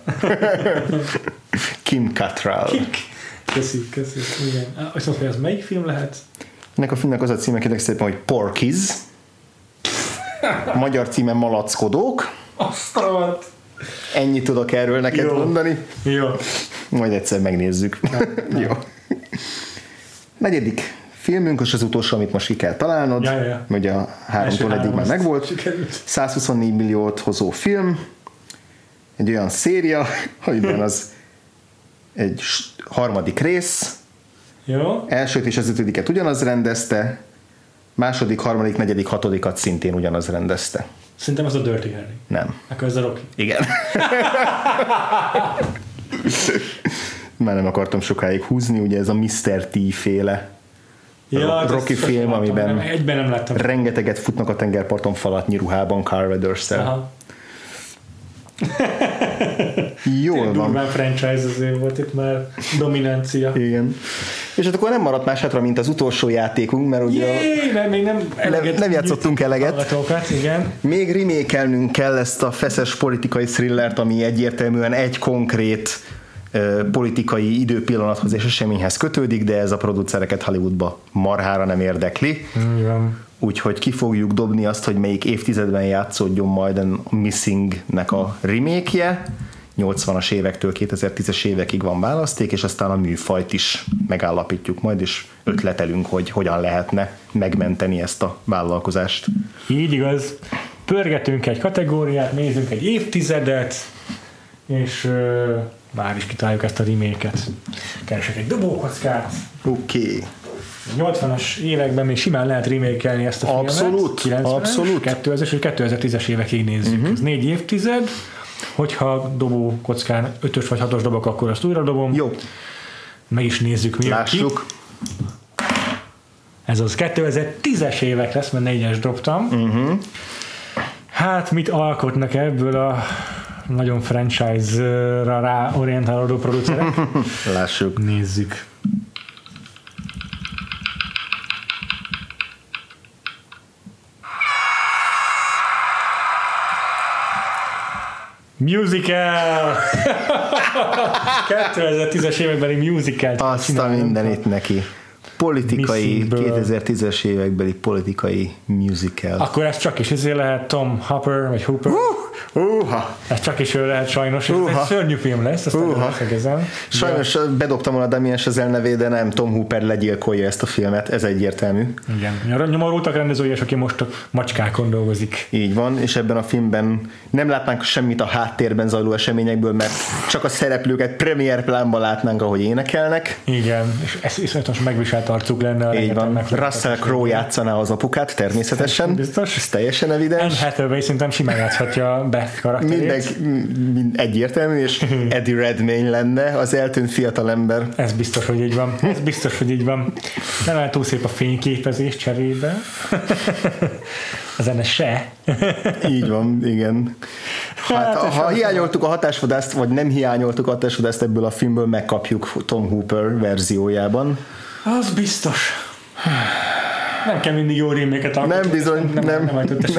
Kim Cattrall. Köszi, igen. Azt mondom, hogy az melyik film lehet? Ennek a filmnek az a címe, kérlek szépen, hogy Porky's. A magyar címe Malackodók. Aztán. Ennyit tudok erről neked mondani. Jó. Majd egyszer megnézzük. Jó. Negyedik filmünk, és az utolsó, amit most ki kell találnod, ugye a 3-tól eddig már megvolt. 124 milliót hozó film, egy olyan széria, amiben az egy harmadik rész, jó. Elsőt és az 5-et ugyanaz rendezte, második, harmadik, negyedik, hatodikat szintén ugyanaz rendezte. Szerintem az a Dirty Harry. Nem. Akkor ez a Rocky. Igen. Már nem akartam sokáig húzni, ugye ez a Mr. T féle Rocky film, amiben egyben nem láttam. Rengeteget futnak a tengerparton falatnyi ruhában Carl Weathers-szel. Jól van. Durván franchise azért volt itt már dominancia. Igen. És hát akkor nem maradt más hátra, mint az utolsó játékunk, mert ugye még nem játszottunk eleget. Igen. Még remake-elnünk kell ezt a feszes politikai thrillert, ami egyértelműen egy konkrét politikai időpillanathoz és eseményhez kötődik, de ez a producereket Hollywoodba marhára nem érdekli. Igen. Úgyhogy ki fogjuk dobni azt, hogy melyik évtizedben játszódjon majd a Missing-nek a remake-je. 80-as évektől 2010-es évekig van választék, és aztán a műfajt is megállapítjuk majd, és ötletelünk, hogy hogyan lehetne megmenteni ezt a vállalkozást. Így igaz. Pörgetünk egy kategóriát, nézzünk egy évtizedet, és már is kitaláljuk ezt a remake-et. Keresek egy dobókockát. Oké. 80-as években még simán lehet remake-elni ezt a filmet. Abszolút. 2000-es és 2010-es évekig nézzük. Ez 4 évtized. Hogyha dobókockán 5-ös vagy 6-os dobok, akkor azt újra dobom. Jó. Meg is nézzük, mi lássuk. Ez az 2010-es évek lesz, mert 4-es dobtam. Hát mit alkotnak ebből a nagyon franchise-ra ráorientálódó producerek? Lássuk. Nézzük. Musical! 2010-es évekbeli musical. Azt a mindenit neki. Politikai, 2010-es évekbeli politikai musical. Akkor ez csak is ezért lehet Tom Hopper, vagy Hooper. Ez csak is ő lehet sajnos. Ez egy szörnyű film lesz, ezt megszegezem. Sajnos bedobtam volna Damien Chazelle nevét, de nem, Tom Hooper legyilkolja ezt a filmet, ez egyértelmű. Igen. A Nyomorultak rendezője, aki most a macskákon dolgozik. Így van, és ebben a filmben nem látnánk semmit a háttérben zajló eseményekből, mert csak a szereplőket premier plánban látnánk, ahogy énekelnek. Igen, és ez iszonyatos megviselt arcuk lenne. Így van, Russell Crowe játszaná az apukát, természetesen. Biztos. Ez teljesen evidens. Anne Hathaway szerintem simán játszhatja Beth karakterét. Egyértelmű, és Eddie Redmayne lenne az eltűnt fiatalember. Ez biztos, hogy így van. Ez biztos, hogy így van. Nem áll túl szép a fényképezés cserébe. A zene se. Így van, igen. Hát, ha hiányoltuk a hatásvadászt, vagy nem hiányoltuk a hatásvadászt ebből a filmből, megkapjuk Tom Hooper verziójában. Az biztos. Nem kell mindig jó remake-et alkotni. Nem bizony, nem.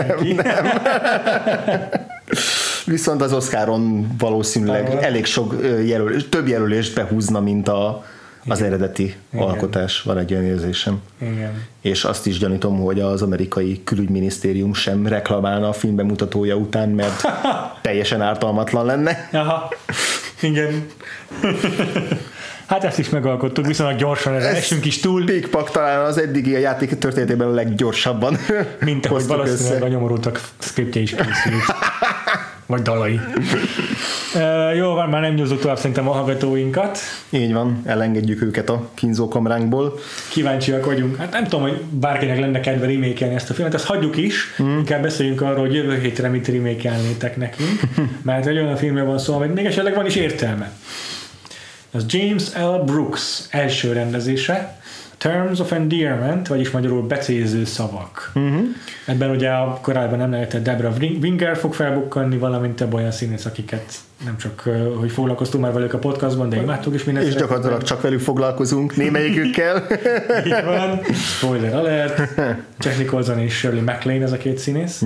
Viszont az Oscaron valószínűleg elég sok több jelölést behúzna, mint az eredeti alkotás, van egy olyan érzésem. Igen. És azt is gyanítom, hogy az amerikai külügyminisztérium sem reklamálna a film bemutatója után, mert teljesen ártalmatlan lenne. Aha, igen. Hát ezt is megalkottuk, viszonylag gyorsan, ezen esünk is túl. Pikpak talán az eddigi a játék történetében a leggyorsabban. Mint ahogy valószínűleg a Nyomorultak szkriptje is készült. Vagy dalai. Jó, van, már nem nyúzzuk tovább szerintem a hallgatóinkat. Így van, elengedjük őket a kínzókamránkból. Kíváncsiak vagyunk. Hát nem tudom, hogy bárkinek lenne kedve remake-elni ezt a filmet, ezt hagyjuk is. Inkább beszéljünk arról, hogy jövő hétre mit remake-elnétek nekünk. Mert egy olyan filmről van szó, amit még esetleg van is értelme. Ez James L. Brooks első rendezése, Terms of Endearment, vagyis magyarul becéző szavak. Ebben ugye a korábban nem lehetett Deborah Winger fog felbukkanni, valamint több olyan színész, akiket nem csak, hogy foglalkoztunk már velük a podcastban, de imádtuk is minden. És gyakorlatilag csak velük foglalkozunk, némelyikükkel. Így van. Spoiler alert. Jack Nicholson és Shirley MacLaine, ez a két színész.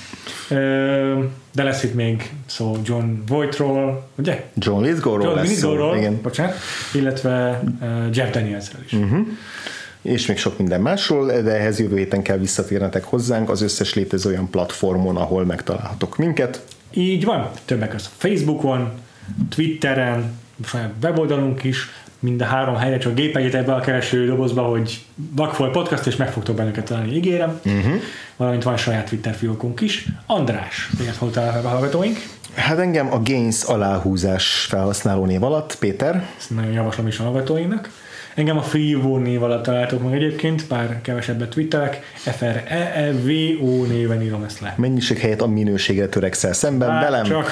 De lesz itt még szó John Voightról, ugye? John Lithgowról lesz szó, igen. Bocsánat, illetve Jeff Danielsről is. És még sok minden másról, de ehhez jövő héten kell visszatérnetek hozzánk az összes létező olyan platformon, ahol megtalálhatok minket. Így van, többek között Facebookon, Twitteren, weboldalunk is, mind a 3 helyre csak gépeljetek be a kereső dobozba, hogy Vakfolt Podcast, és meg fogtok bennünket találni, ígérem. Valamint van saját Twitter fiókunk is. András, miért hol találnak a hallgatóink? Hát engem a Gains aláhúzás felhasználó név alatt, Péter. Ezt nagyon javaslom is a hallgatóinknak. Engem a Freevo név alatt találtok meg egyébként, bár kevesebbet twittelek, FREEVO néven írom ezt le. Mennyiség helyett a minőségre törekszel szemben velem. Csak.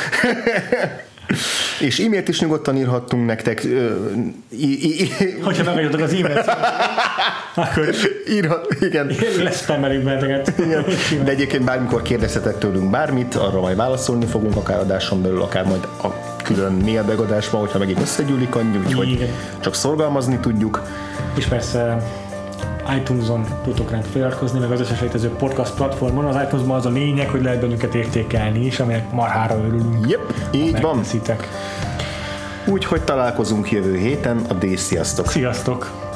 És e-mailt is nyugodtan írhattunk nektek. Hogyha megadjatok az e-mailt, akkor igen. lesz spamelünk benneteket. De egyébként bármikor kérdezhetek tőlünk bármit, arra majd válaszolni fogunk, akár adáson belül, akár majd a külön mailbegadásban, hogyha megint összegyűlik annyi, úgyhogy csak szorgalmazni tudjuk. És persze iTunes-on tudtok rend feliratkozni, meg az összes létező podcast platformon. Az iTunes-ban az a lényeg, hogy lehet bennünket értékelni is, amelyek marhára örülünk. Yep, így van. Úgyhogy találkozunk jövő héten. Sziasztok! Sziasztok!